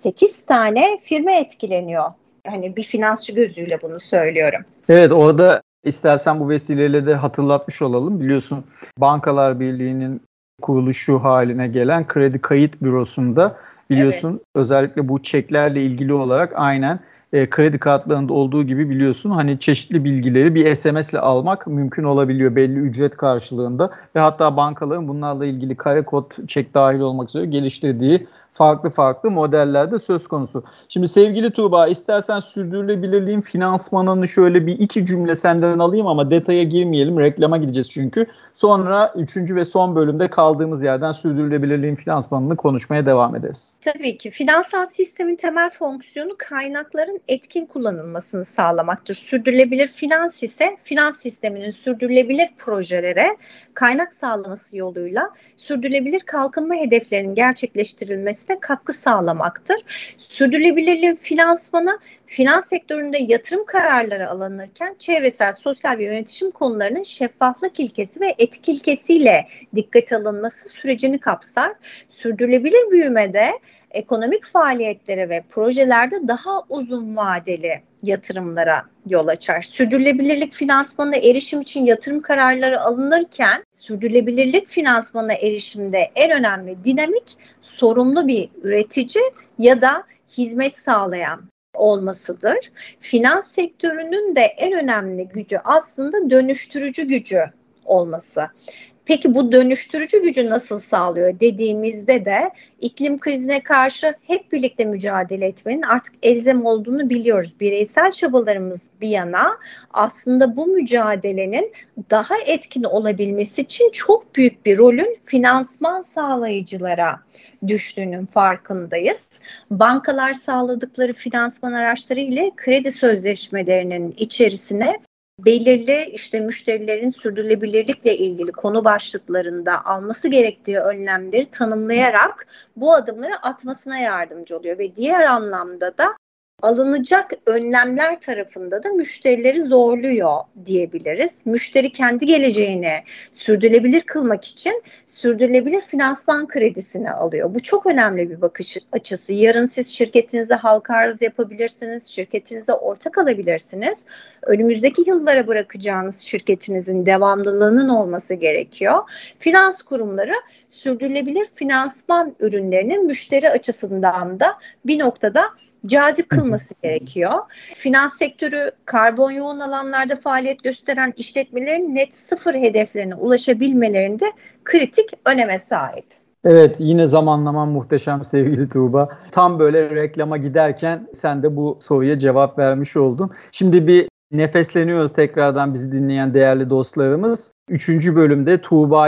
Speaker 3: 8 tane firma etkileniyor. Hani bir finansçı gözüyle bunu söylüyorum.
Speaker 2: Evet, orada istersen bu vesileyle de hatırlatmış olalım. Biliyorsun, Bankalar Birliği'nin kuruluşu haline gelen Kredi Kayıt Bürosu'nda biliyorsun, evet, özellikle bu çeklerle ilgili olarak aynen kredi kartlarında olduğu gibi biliyorsun hani çeşitli bilgileri bir SMS'le almak mümkün olabiliyor belli ücret karşılığında ve hatta bankaların bunlarla ilgili kare kod çek dahil olmak üzere geliştirdiği farklı modellerde söz konusu. Şimdi sevgili Tuğba, istersen sürdürülebilirliğin finansmanını şöyle bir iki cümle senden alayım ama detaya girmeyelim. Reklama gideceğiz çünkü. Sonra 3. ve son bölümde kaldığımız yerden sürdürülebilirliğin finansmanını konuşmaya devam ederiz.
Speaker 3: Tabii ki. Finansal sistemin temel fonksiyonu kaynakların etkin kullanılmasını sağlamaktır. Sürdürülebilir finans ise finans sisteminin sürdürülebilir projelere kaynak sağlaması yoluyla sürdürülebilir kalkınma hedeflerinin gerçekleştirilmesine katkı sağlamaktır. Sürdürülebilirliğin finansmanı finans sektöründe yatırım kararları alınırken çevresel, sosyal ve yönetişim konularının şeffaflık ilkesi ve etik ilkesiyle dikkate alınması sürecini kapsar. Sürdürülebilir büyümede ekonomik faaliyetlere ve projelerde daha uzun vadeli yatırımlara yol açar. Sürdürülebilirlik finansmanına erişim için yatırım kararları alınırken sürdürülebilirlik finansmanına erişimde en önemli dinamik sorumlu bir üretici ya da hizmet sağlayan olmasıdır. Finans sektörünün de en önemli gücü aslında dönüştürücü gücü olması. Peki bu dönüştürücü gücü nasıl sağlıyor dediğimizde de iklim krizine karşı hep birlikte mücadele etmenin artık elzem olduğunu biliyoruz. Bireysel çabalarımız bir yana aslında bu mücadelenin daha etkin olabilmesi için çok büyük bir rolün finansman sağlayıcılara düştüğünün farkındayız. Bankalar sağladıkları finansman araçları ile kredi sözleşmelerinin içerisine belirli müşterilerin sürdürülebilirlikle ilgili konu başlıklarında alması gerektiği önlemleri tanımlayarak bu adımları atmasına yardımcı oluyor ve diğer anlamda da alınacak önlemler tarafında da müşterileri zorluyor diyebiliriz. Müşteri kendi geleceğini sürdürülebilir kılmak için sürdürülebilir finansman kredisini alıyor. Bu çok önemli bir bakış açısı. Yarın siz şirketinize halka arz yapabilirsiniz, şirketinize ortak alabilirsiniz. Önümüzdeki yıllara bırakacağınız şirketinizin devamlılığının olması gerekiyor. Finans kurumları sürdürülebilir finansman ürünlerinin müşteri açısından da bir noktada cazip kılması gerekiyor. Finans sektörü karbon yoğun alanlarda faaliyet gösteren işletmelerin net sıfır hedeflerine ulaşabilmelerinde kritik öneme sahip.
Speaker 2: Evet, yine zamanlaman muhteşem sevgili Tuğba. Tam böyle reklama giderken sen de bu soruya cevap vermiş oldun. Şimdi bir nefesleniyoruz tekrardan bizi dinleyen değerli dostlarımız. 3. bölümde Tuğba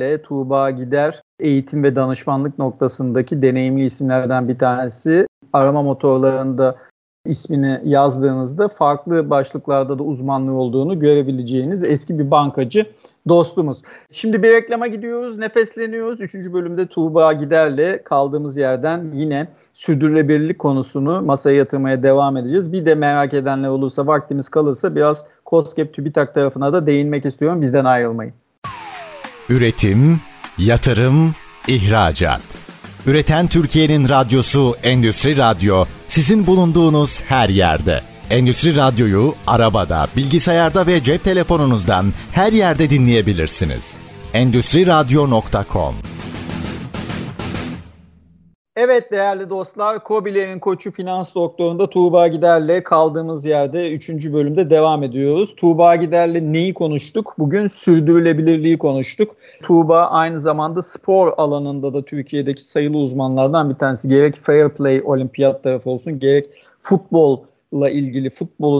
Speaker 2: Gider eğitim ve danışmanlık noktasındaki deneyimli isimlerden bir tanesi. Arama motorlarında ismini yazdığınızda farklı başlıklarda da uzmanlığı olduğunu görebileceğiniz eski bir bankacı dostumuz. Şimdi bir reklama gidiyoruz, nefesleniyoruz. 3. bölümde Tuğba Gider'le kaldığımız yerden yine sürdürülebilirlik konusunu masaya yatırmaya devam edeceğiz. Bir de merak edenler olursa, vaktimiz kalırsa biraz KOSGEB TÜBİTAK tarafına da değinmek istiyorum. Bizden ayrılmayın.
Speaker 1: Üretim, yatırım, ihracat. Üreten Türkiye'nin radyosu Endüstri Radyo, sizin bulunduğunuz her yerde. Endüstri Radyo'yu arabada, bilgisayarda ve cep telefonunuzdan her yerde dinleyebilirsiniz. Endüstriradyo.com.
Speaker 2: Evet değerli dostlar, KOBİ'lerin koçu finans doktorunda Tuğba Gider'le kaldığımız yerde 3. bölümde devam ediyoruz. Tuğba Gider'le neyi konuştuk? Bugün sürdürülebilirliği konuştuk. Tuğba aynı zamanda spor alanında da Türkiye'deki sayılı uzmanlardan bir tanesi. Gerek Fair Play olimpiyat tarafı olsun, gerek futbolla ilgili, futbolun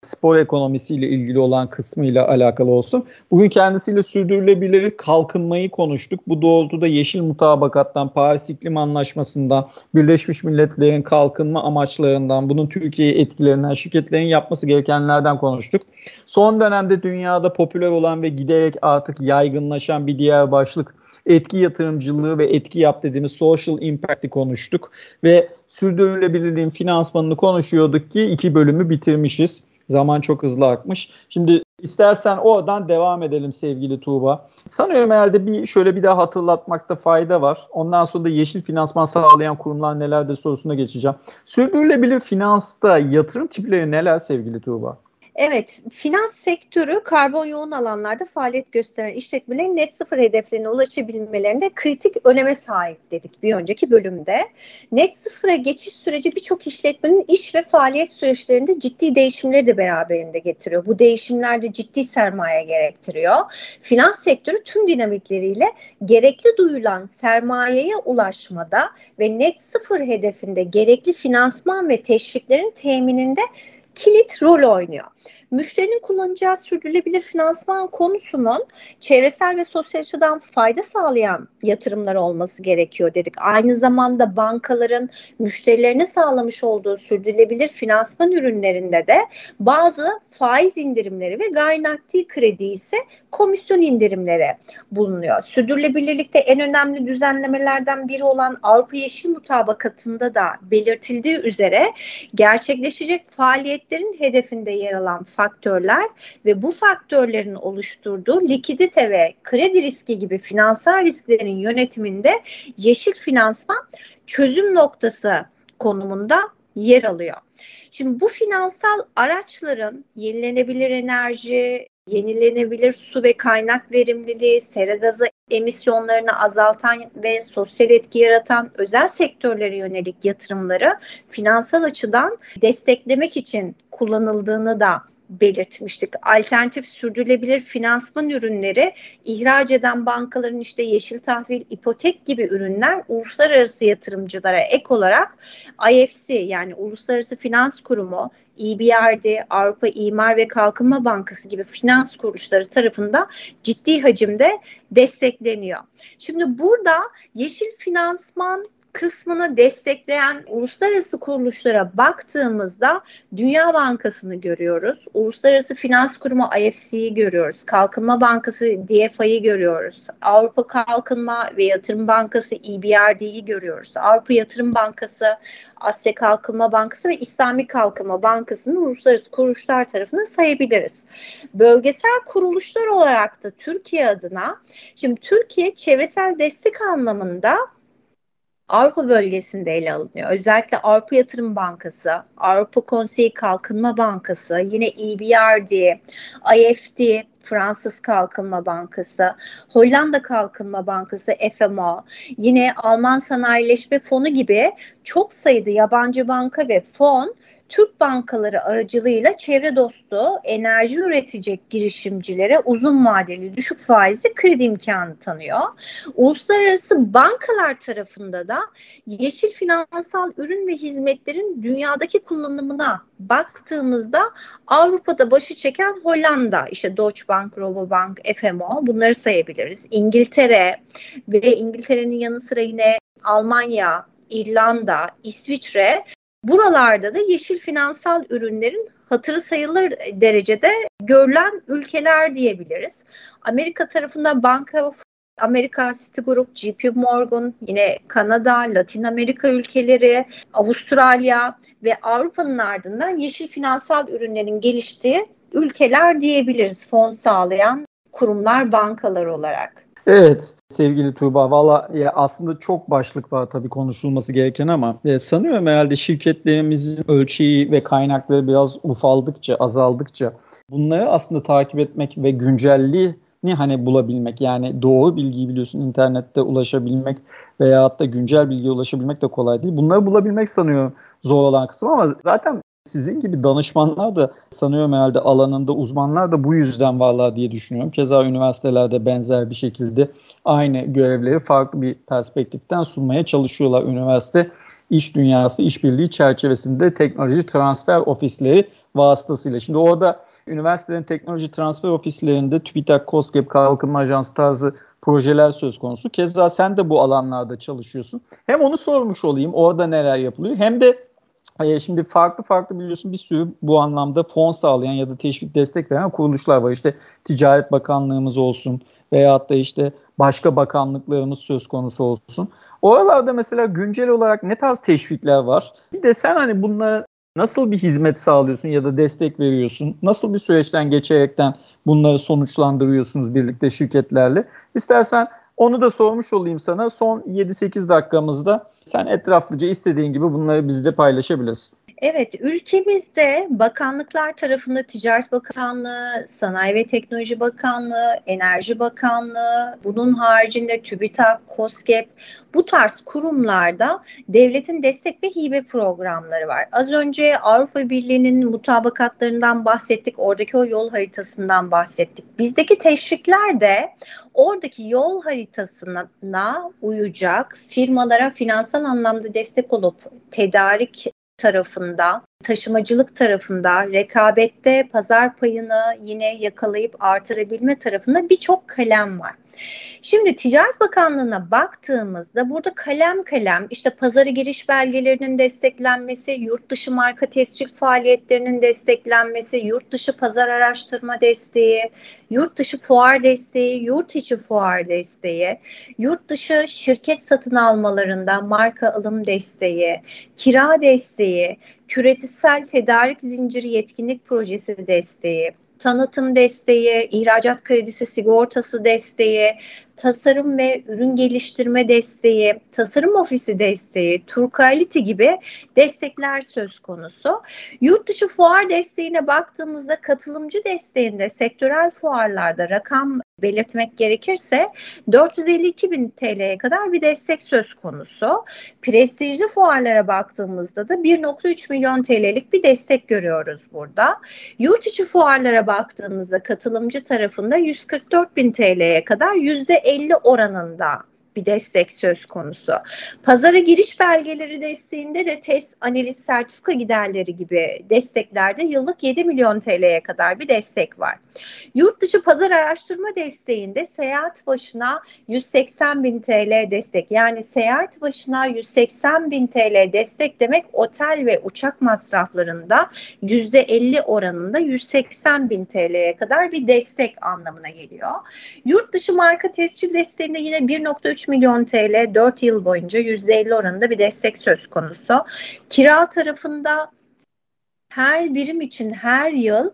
Speaker 2: spor ekonomisiyle ilgili olan kısmıyla alakalı olsun. Bugün kendisiyle sürdürülebilir kalkınmayı konuştuk. Bu doğrultuda Yeşil Mutabakat'tan, Paris İklim Anlaşması'ndan, Birleşmiş Milletler'in kalkınma amaçlarından, bunun Türkiye'ye etkilerinden, şirketlerin yapması gerekenlerden konuştuk. Son dönemde dünyada popüler olan ve giderek artık yaygınlaşan bir diğer başlık etki yatırımcılığı ve etki yap dediğimiz social impact'i konuştuk. Ve sürdürülebilirliğin finansmanını konuşuyorduk ki 2 bölümü bitirmişiz. Zaman çok hızlı akmış. Şimdi istersen oradan devam edelim sevgili Tuğba. Sanıyorum herhalde şöyle bir daha hatırlatmakta fayda var. Ondan sonra da yeşil finansman sağlayan kurumlar nelerdir sorusuna geçeceğim. Sürdürülebilir finansta yatırım tipleri neler sevgili Tuğba?
Speaker 3: Evet, finans sektörü karbon yoğun alanlarda faaliyet gösteren işletmelerin net sıfır hedeflerine ulaşabilmelerinde kritik öneme sahip dedik bir önceki bölümde. Net sıfıra geçiş süreci birçok işletmenin iş ve faaliyet süreçlerinde ciddi değişimleri de beraberinde getiriyor. Bu değişimler de ciddi sermaye gerektiriyor. Finans sektörü tüm dinamikleriyle gerekli duyulan sermayeye ulaşmada ve net sıfır hedefinde gerekli finansman ve teşviklerin temininde kilit rol oynuyor. Müşterinin kullanacağı sürdürülebilir finansman konusunun çevresel ve sosyal açıdan fayda sağlayan yatırımlar olması gerekiyor dedik. Aynı zamanda bankaların müşterilerine sağlamış olduğu sürdürülebilir finansman ürünlerinde de bazı faiz indirimleri ve gayri nakdi kredi ise komisyon indirimleri bulunuyor. Sürdürülebilirlikte en önemli düzenlemelerden biri olan Avrupa Yeşil Mutabakatı'nda da belirtildiği üzere gerçekleşecek faaliyetlerin hedefinde yer alan faktörler ve bu faktörlerin oluşturduğu likidite ve kredi riski gibi finansal risklerin yönetiminde yeşil finansman çözüm noktası konumunda yer alıyor. Şimdi bu finansal araçların yenilenebilir enerji, yenilenebilir su ve kaynak verimliliği, sera gazı emisyonlarını azaltan ve sosyal etki yaratan özel sektörlere yönelik yatırımları finansal açıdan desteklemek için kullanıldığını da belirtmiştik. Alternatif sürdürülebilir finansman ürünleri ihraç eden bankaların işte yeşil tahvil, ipotek gibi ürünler uluslararası yatırımcılara ek olarak IFC yani Uluslararası Finans Kurumu, EBRD, Avrupa İmar ve Kalkınma Bankası gibi finans kuruluşları tarafından ciddi hacimde destekleniyor. Şimdi burada yeşil finansman kısmını destekleyen uluslararası kuruluşlara baktığımızda Dünya Bankası'nı görüyoruz. Uluslararası Finans Kurumu IFC'yi görüyoruz. Kalkınma Bankası DFI'yi görüyoruz. Avrupa Kalkınma ve Yatırım Bankası EBRD'yi görüyoruz. Avrupa Yatırım Bankası, Asya Kalkınma Bankası ve İslami Kalkınma Bankası'nın uluslararası kuruluşlar tarafından sayabiliriz. Bölgesel kuruluşlar olarak da Türkiye adına, şimdi Türkiye çevresel destek anlamında Avrupa bölgesinde ele alınıyor. Özellikle Avrupa Yatırım Bankası, Avrupa Konseyi Kalkınma Bankası, yine EBRD, IFD, Fransız Kalkınma Bankası, Hollanda Kalkınma Bankası, FMO, yine Alman Sanayileşme Fonu gibi çok sayıda yabancı banka ve fon Türk bankaları aracılığıyla çevre dostu enerji üretecek girişimcilere uzun vadeli düşük faizli kredi imkanı tanıyor. Uluslararası bankalar tarafında da yeşil finansal ürün ve hizmetlerin dünyadaki kullanımına baktığımızda Avrupa'da başı çeken Hollanda, işte Deutsche Bank, Rabobank, FMO bunları sayabiliriz. İngiltere ve İngiltere'nin yanı sıra yine Almanya, İrlanda, İsviçre, buralarda da yeşil finansal ürünlerin hatırı sayılır derecede görülen ülkeler diyebiliriz. Amerika tarafında Bank of America, Citigroup, JP Morgan, yine Kanada, Latin Amerika ülkeleri, Avustralya ve Avrupa'nın ardından yeşil finansal ürünlerin geliştiği ülkeler diyebiliriz fon sağlayan kurumlar, bankalar olarak.
Speaker 2: Evet sevgili Tuğba, valla aslında çok başlık var tabii konuşulması gereken ama sanıyorum herhalde şirketlerimizin ölçeği ve kaynakları biraz ufaldıkça, azaldıkça bunları aslında takip etmek ve güncelliğini hani bulabilmek, yani doğru bilgiyi biliyorsun internette ulaşabilmek veyahut da güncel bilgiye ulaşabilmek de kolay değil. Bunları bulabilmek sanıyorum zor olan kısım ama zaten sizin gibi danışmanlar da sanıyorum herhalde alanında uzmanlar da bu yüzden varlar diye düşünüyorum. Keza üniversitelerde benzer bir şekilde aynı görevleri farklı bir perspektiften sunmaya çalışıyorlar. Üniversite iş dünyası işbirliği çerçevesinde teknoloji transfer ofisleri vasıtasıyla. Şimdi orada üniversitelerin teknoloji transfer ofislerinde TÜBİTAK, KOSGEB, Kalkınma Ajansı tarzı projeler söz konusu. Keza sen de bu alanlarda çalışıyorsun. Hem onu sormuş olayım, orada neler yapılıyor, hem de şimdi farklı biliyorsun bir sürü bu anlamda fon sağlayan ya da teşvik destek veren kuruluşlar var. İşte Ticaret Bakanlığımız olsun veyahut da işte başka bakanlıklarımız söz konusu olsun. Oralarda mesela güncel olarak ne tarz teşvikler var? Bir de sen hani bunlara nasıl bir hizmet sağlıyorsun ya da destek veriyorsun? Nasıl bir süreçten geçerekten bunları sonuçlandırıyorsunuz birlikte şirketlerle? İstersen onu da sormuş olayım sana. Son 7-8 dakikamızda sen etraflıca istediğin gibi bunları bizle paylaşabilirsin.
Speaker 3: Evet, ülkemizde bakanlıklar tarafında Ticaret Bakanlığı, Sanayi ve Teknoloji Bakanlığı, Enerji Bakanlığı, bunun haricinde TÜBİTAK, KOSGEB, bu tarz kurumlarda devletin destek ve hibe programları var. Az önce Avrupa Birliği'nin mutabakatlarından bahsettik, oradaki o yol haritasından bahsettik. Bizdeki teşvikler de oradaki yol haritasına uyacak firmalara finansal anlamda destek olup tedarik tarafında, taşımacılık tarafında, rekabette pazar payını yine yakalayıp artırabilme tarafında birçok kalem var. Şimdi Ticaret Bakanlığı'na baktığımızda burada kalem kalem işte pazara giriş belgelerinin desteklenmesi, yurt dışı marka tescil faaliyetlerinin desteklenmesi, yurt dışı pazar araştırma desteği, yurt dışı fuar desteği, yurt içi fuar desteği, yurt dışı şirket satın almalarında marka alım desteği, kira desteği, küresel tedarik zinciri yetkinlik projesi desteği, tanıtım desteği, ihracat kredisi sigortası desteği, tasarım ve ürün geliştirme desteği, tasarım ofisi desteği, Turquality gibi destekler söz konusu. Yurt dışı fuar desteğine baktığımızda katılımcı desteğinde sektörel fuarlarda rakam belirtmek gerekirse 452 bin TL'ye kadar bir destek söz konusu. Prestijli fuarlara baktığımızda da 1,3 milyon TL'lik bir destek görüyoruz burada. Yurt içi fuarlara baktığımızda katılımcı tarafında 144 bin TL'ye kadar %50 oranında bir destek söz konusu. Pazara giriş belgeleri desteğinde de test, analiz, sertifika giderleri gibi desteklerde yıllık 7 milyon TL'ye kadar bir destek var. Yurt dışı pazar araştırma desteğinde seyahat başına 180 bin TL destek. Yani seyahat başına 180 bin TL destek demek otel ve uçak masraflarında %50 oranında 180 bin TL'ye kadar bir destek anlamına geliyor. Yurt dışı marka tescil desteğinde yine 1,3 milyon TL 4 yıl boyunca %50 oranında bir destek söz konusu. Kira tarafında her birim için her yıl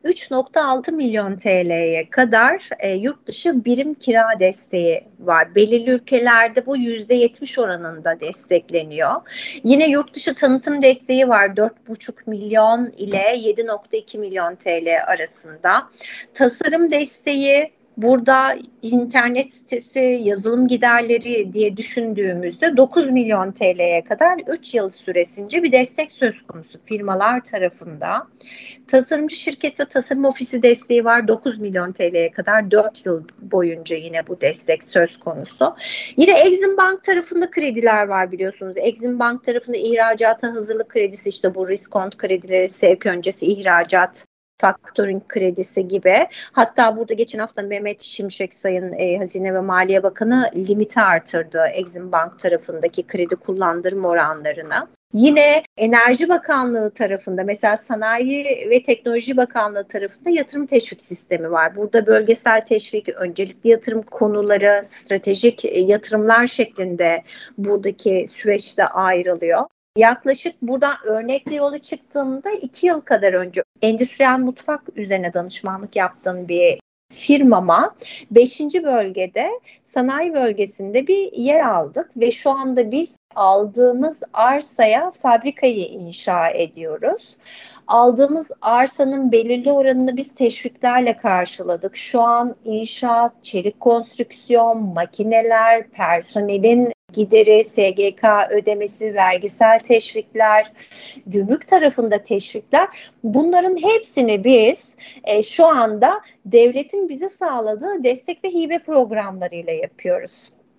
Speaker 3: 3,6 milyon TL'ye kadar yurt dışı birim kira desteği var. Belirli ülkelerde bu %70 oranında destekleniyor. Yine yurt dışı tanıtım desteği var. 4,5 milyon ile 7,2 milyon TL arasında. Tasarım desteği, burada internet sitesi, yazılım giderleri diye düşündüğümüzde 9 milyon TL'ye kadar 3 yıl süresince bir destek söz konusu firmalar tarafında. Tasarımcı şirket ve tasarım ofisi desteği var. 9 milyon TL'ye kadar 4 yıl boyunca yine bu destek söz konusu. Yine Exim Bank tarafında krediler var biliyorsunuz. Exim Bank tarafında ihracata hazırlık kredisi, işte bu riskont kredileri, sevk öncesi ihracat, faktörün kredisi gibi. Hatta burada geçen hafta Mehmet Şimşek Sayın Hazine ve Maliye Bakanı limiti artırdı Exim Bank tarafındaki kredi kullandırma oranlarına. Yine Enerji Bakanlığı tarafında, mesela Sanayi ve Teknoloji Bakanlığı tarafında yatırım teşvik sistemi var. Burada bölgesel teşvik, öncelikli yatırım konuları, stratejik yatırımlar şeklinde buradaki süreçte ayrılıyor. Yaklaşık buradan örnekle yola çıktığımda 2 yıl kadar önce endüstriyel mutfak üzerine danışmanlık yaptığım bir firmama 5. bölgede sanayi bölgesinde bir yer aldık ve şu anda biz aldığımız arsaya fabrikayı inşa ediyoruz. Aldığımız arsanın belirli oranını biz teşviklerle karşıladık. Şu an inşaat, çelik konstrüksiyon, makineler, personelin gideri, SGK ödemesi, vergisel teşvikler, gümrük tarafında teşvikler, bunların hepsini biz şu anda devletin bize sağladığı destek ve hibe programlarıyla yapıyoruz.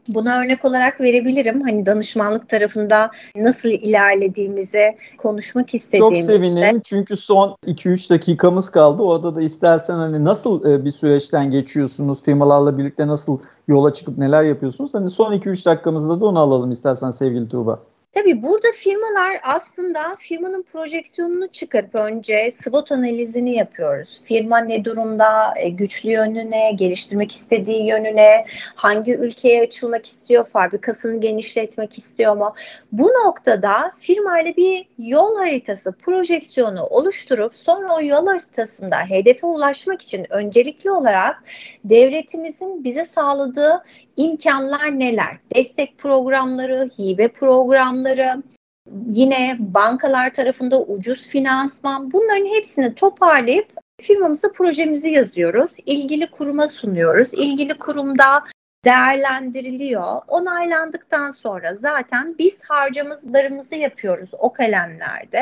Speaker 3: Buna örnek olarak verebilirim. Hani danışmanlık tarafında nasıl ilerlediğimizi konuşmak
Speaker 2: Çok
Speaker 3: istediğimizde.
Speaker 2: sevinirim çünkü son 2-3 dakikamız kaldı. Orada da istersen hani nasıl bir süreçten geçiyorsunuz, firmalarla birlikte nasıl yola çıkıp neler yapıyorsunuz? Hani son 2-3 dakikamızda da onu alalım istersen sevgili Tuğba.
Speaker 3: Tabii burada firmalar aslında firmanın projeksiyonunu çıkarıp önce SWOT analizini yapıyoruz. Firma ne durumda, güçlü yönüne, geliştirmek istediği yönüne, hangi ülkeye açılmak istiyor, fabrikasını genişletmek istiyor mu? Bu noktada firmayla bir yol haritası, projeksiyonu oluşturup sonra o yol haritasında hedefe ulaşmak için öncelikli olarak devletimizin bize sağladığı imkanlar neler? Destek programları, hibe programları, yine bankalar tarafında ucuz finansman, bunların hepsini toparlayıp firmamıza projemizi yazıyoruz. İlgili kuruma sunuyoruz. İlgili kurumda değerlendiriliyor. Onaylandıktan sonra zaten biz harcamalarımızı yapıyoruz o kalemlerde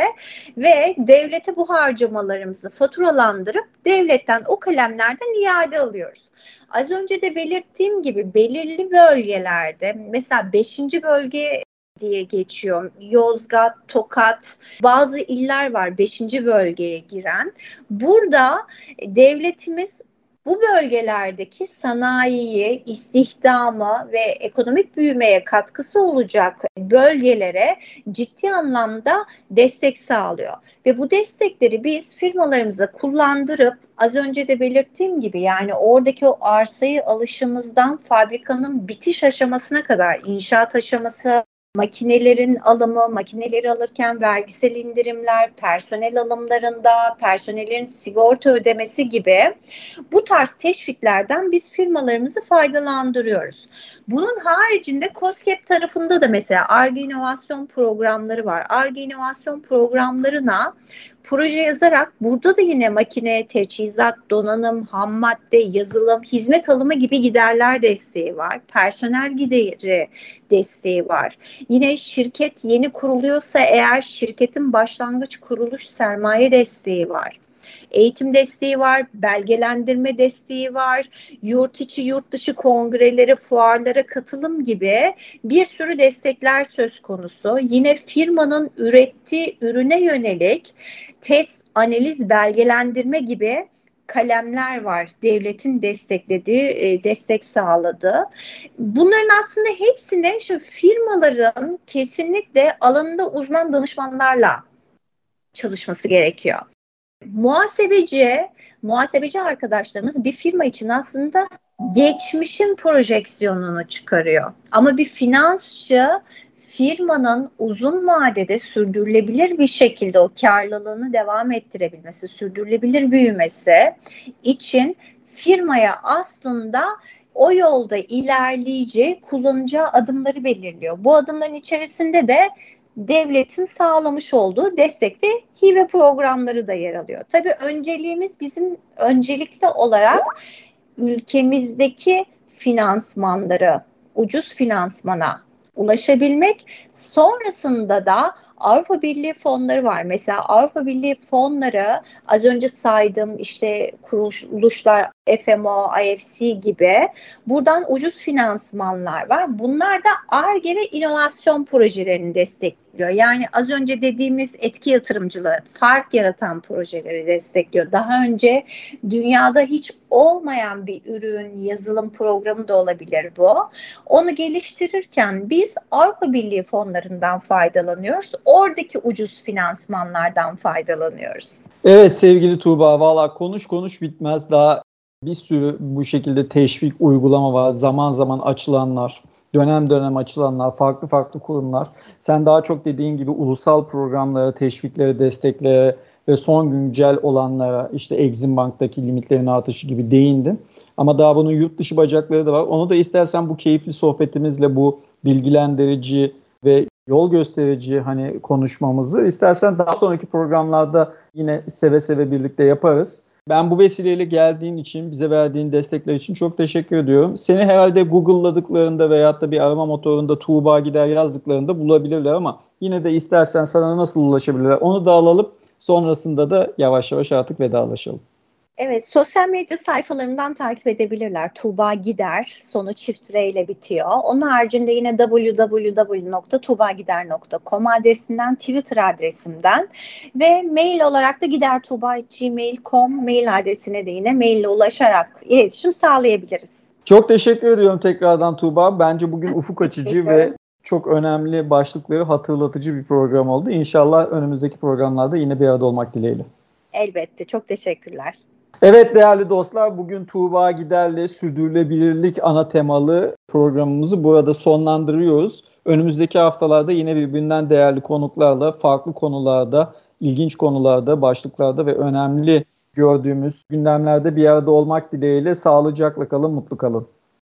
Speaker 3: ve devlete bu harcamalarımızı faturalandırıp devletten o kalemlerden iade alıyoruz. Az önce de belirttiğim gibi belirli bölgelerde, mesela 5. bölge diye geçiyor. Yozgat, Tokat, bazı iller var 5. bölgeye giren. Burada devletimiz bu bölgelerdeki sanayiyi, istihdamı ve ekonomik büyümeye katkısı olacak bölgelere ciddi anlamda destek sağlıyor. Ve bu destekleri biz firmalarımıza kullandırıp az önce de belirttiğim gibi, yani oradaki o arsayı alışımızdan fabrikanın bitiş aşamasına kadar, inşaat aşaması, makinelerin alımı, makineleri alırken vergisel indirimler, personel alımlarında, personellerin sigorta ödemesi gibi bu tarz teşviklerden biz firmalarımızı faydalandırıyoruz. Bunun haricinde KOSGEB tarafında da mesela Ar-Ge inovasyon programları var. Ar-Ge inovasyon programlarına proje yazarak burada da yine makine, teçhizat, donanım, ham madde, yazılım, hizmet alımı gibi giderler desteği var. Personel gideri desteği var. Yine şirket yeni kuruluyorsa eğer şirketin başlangıç kuruluş sermaye desteği var. Eğitim desteği var, belgelendirme desteği var, yurt içi yurt dışı kongrelere, fuarlara katılım gibi bir sürü destekler söz konusu. Yine firmanın ürettiği ürüne yönelik test, analiz, belgelendirme gibi kalemler var. Devletin desteklediği, destek sağladığı. Bunların aslında hepsine şu firmaların kesinlikle alanında uzman danışmanlarla çalışması gerekiyor. Muhasebeci arkadaşlarımız bir firma için aslında geçmişin projeksiyonunu çıkarıyor. Ama bir finansçı firmanın uzun vadede sürdürülebilir bir şekilde o karlılığını devam ettirebilmesi, sürdürülebilir büyümesi için firmaya aslında o yolda ilerleyeceği, kullanacağı adımları belirliyor. Bu adımların içerisinde de devletin sağlamış olduğu destek ve hibe programları da yer alıyor. Tabii önceliğimiz bizim öncelikli olarak ülkemizdeki finansmanları, ucuz finansmana ulaşabilmek. Sonrasında da Avrupa Birliği fonları var. Mesela Avrupa Birliği fonları az önce saydığım işte kuruluşlar FMO, IFC gibi buradan ucuz finansmanlar var. Bunlar da Ar-Ge ve inovasyon projelerini destekliyor. Yani az önce dediğimiz etki yatırımcılığı, fark yaratan projeleri destekliyor. Daha önce dünyada hiç olmayan bir ürün, yazılım programı da olabilir bu. Onu geliştirirken biz Avrupa Birliği fonlarından faydalanıyoruz. Oradaki ucuz finansmanlardan faydalanıyoruz.
Speaker 2: Evet sevgili Tuğba, valla konuş bitmez, daha bir sürü bu şekilde teşvik uygulama var. Zaman zaman açılanlar, dönem dönem açılanlar, farklı kurumlar. Sen daha çok dediğin gibi ulusal programlara, teşviklere, desteklere ve son güncel olanlara, işte Exim Bank'taki limitlerin artışı gibi değindin. Ama daha bunun yurt dışı bacakları da var. Onu da istersen bu keyifli sohbetimizle, bu bilgilendirici ve yol gösterici hani konuşmamızı istersen daha sonraki programlarda yine seve seve birlikte yaparız. Ben bu vesileyle geldiğin için, bize verdiğin destekler için çok teşekkür ediyorum. Seni herhalde Google'ladıklarında veyahut da bir arama motorunda Tuğba Gider yazdıklarında bulabilirler ama yine de istersen sana nasıl ulaşabilirler onu da alalım. Sonrasında da yavaş yavaş artık vedalaşalım.
Speaker 3: Evet, sosyal medya sayfalarımdan takip edebilirler. Tuğba Gider, sonu çift R ile bitiyor. Onun haricinde yine www.tuğbagider.com adresinden, Twitter adresimden ve mail olarak da gidertuğba@gmail.com mail adresine de yine maille ulaşarak iletişim sağlayabiliriz.
Speaker 2: Çok teşekkür ediyorum tekrardan Tuğba. Bence bugün ufuk açıcı ve çok önemli başlıkları hatırlatıcı bir program oldu. İnşallah önümüzdeki programlarda yine bir arada olmak dileğiyle.
Speaker 3: Elbette. Çok teşekkürler.
Speaker 2: Evet değerli dostlar, bugün Tuğba Gider'le sürdürülebilirlik ana temalı programımızı burada sonlandırıyoruz. Önümüzdeki haftalarda yine birbirinden değerli konuklarla, farklı konularda, ilginç konularda, başlıklarda ve önemli gördüğümüz gündemlerde bir arada olmak dileğiyle sağlıcakla kalın, mutlu kalın.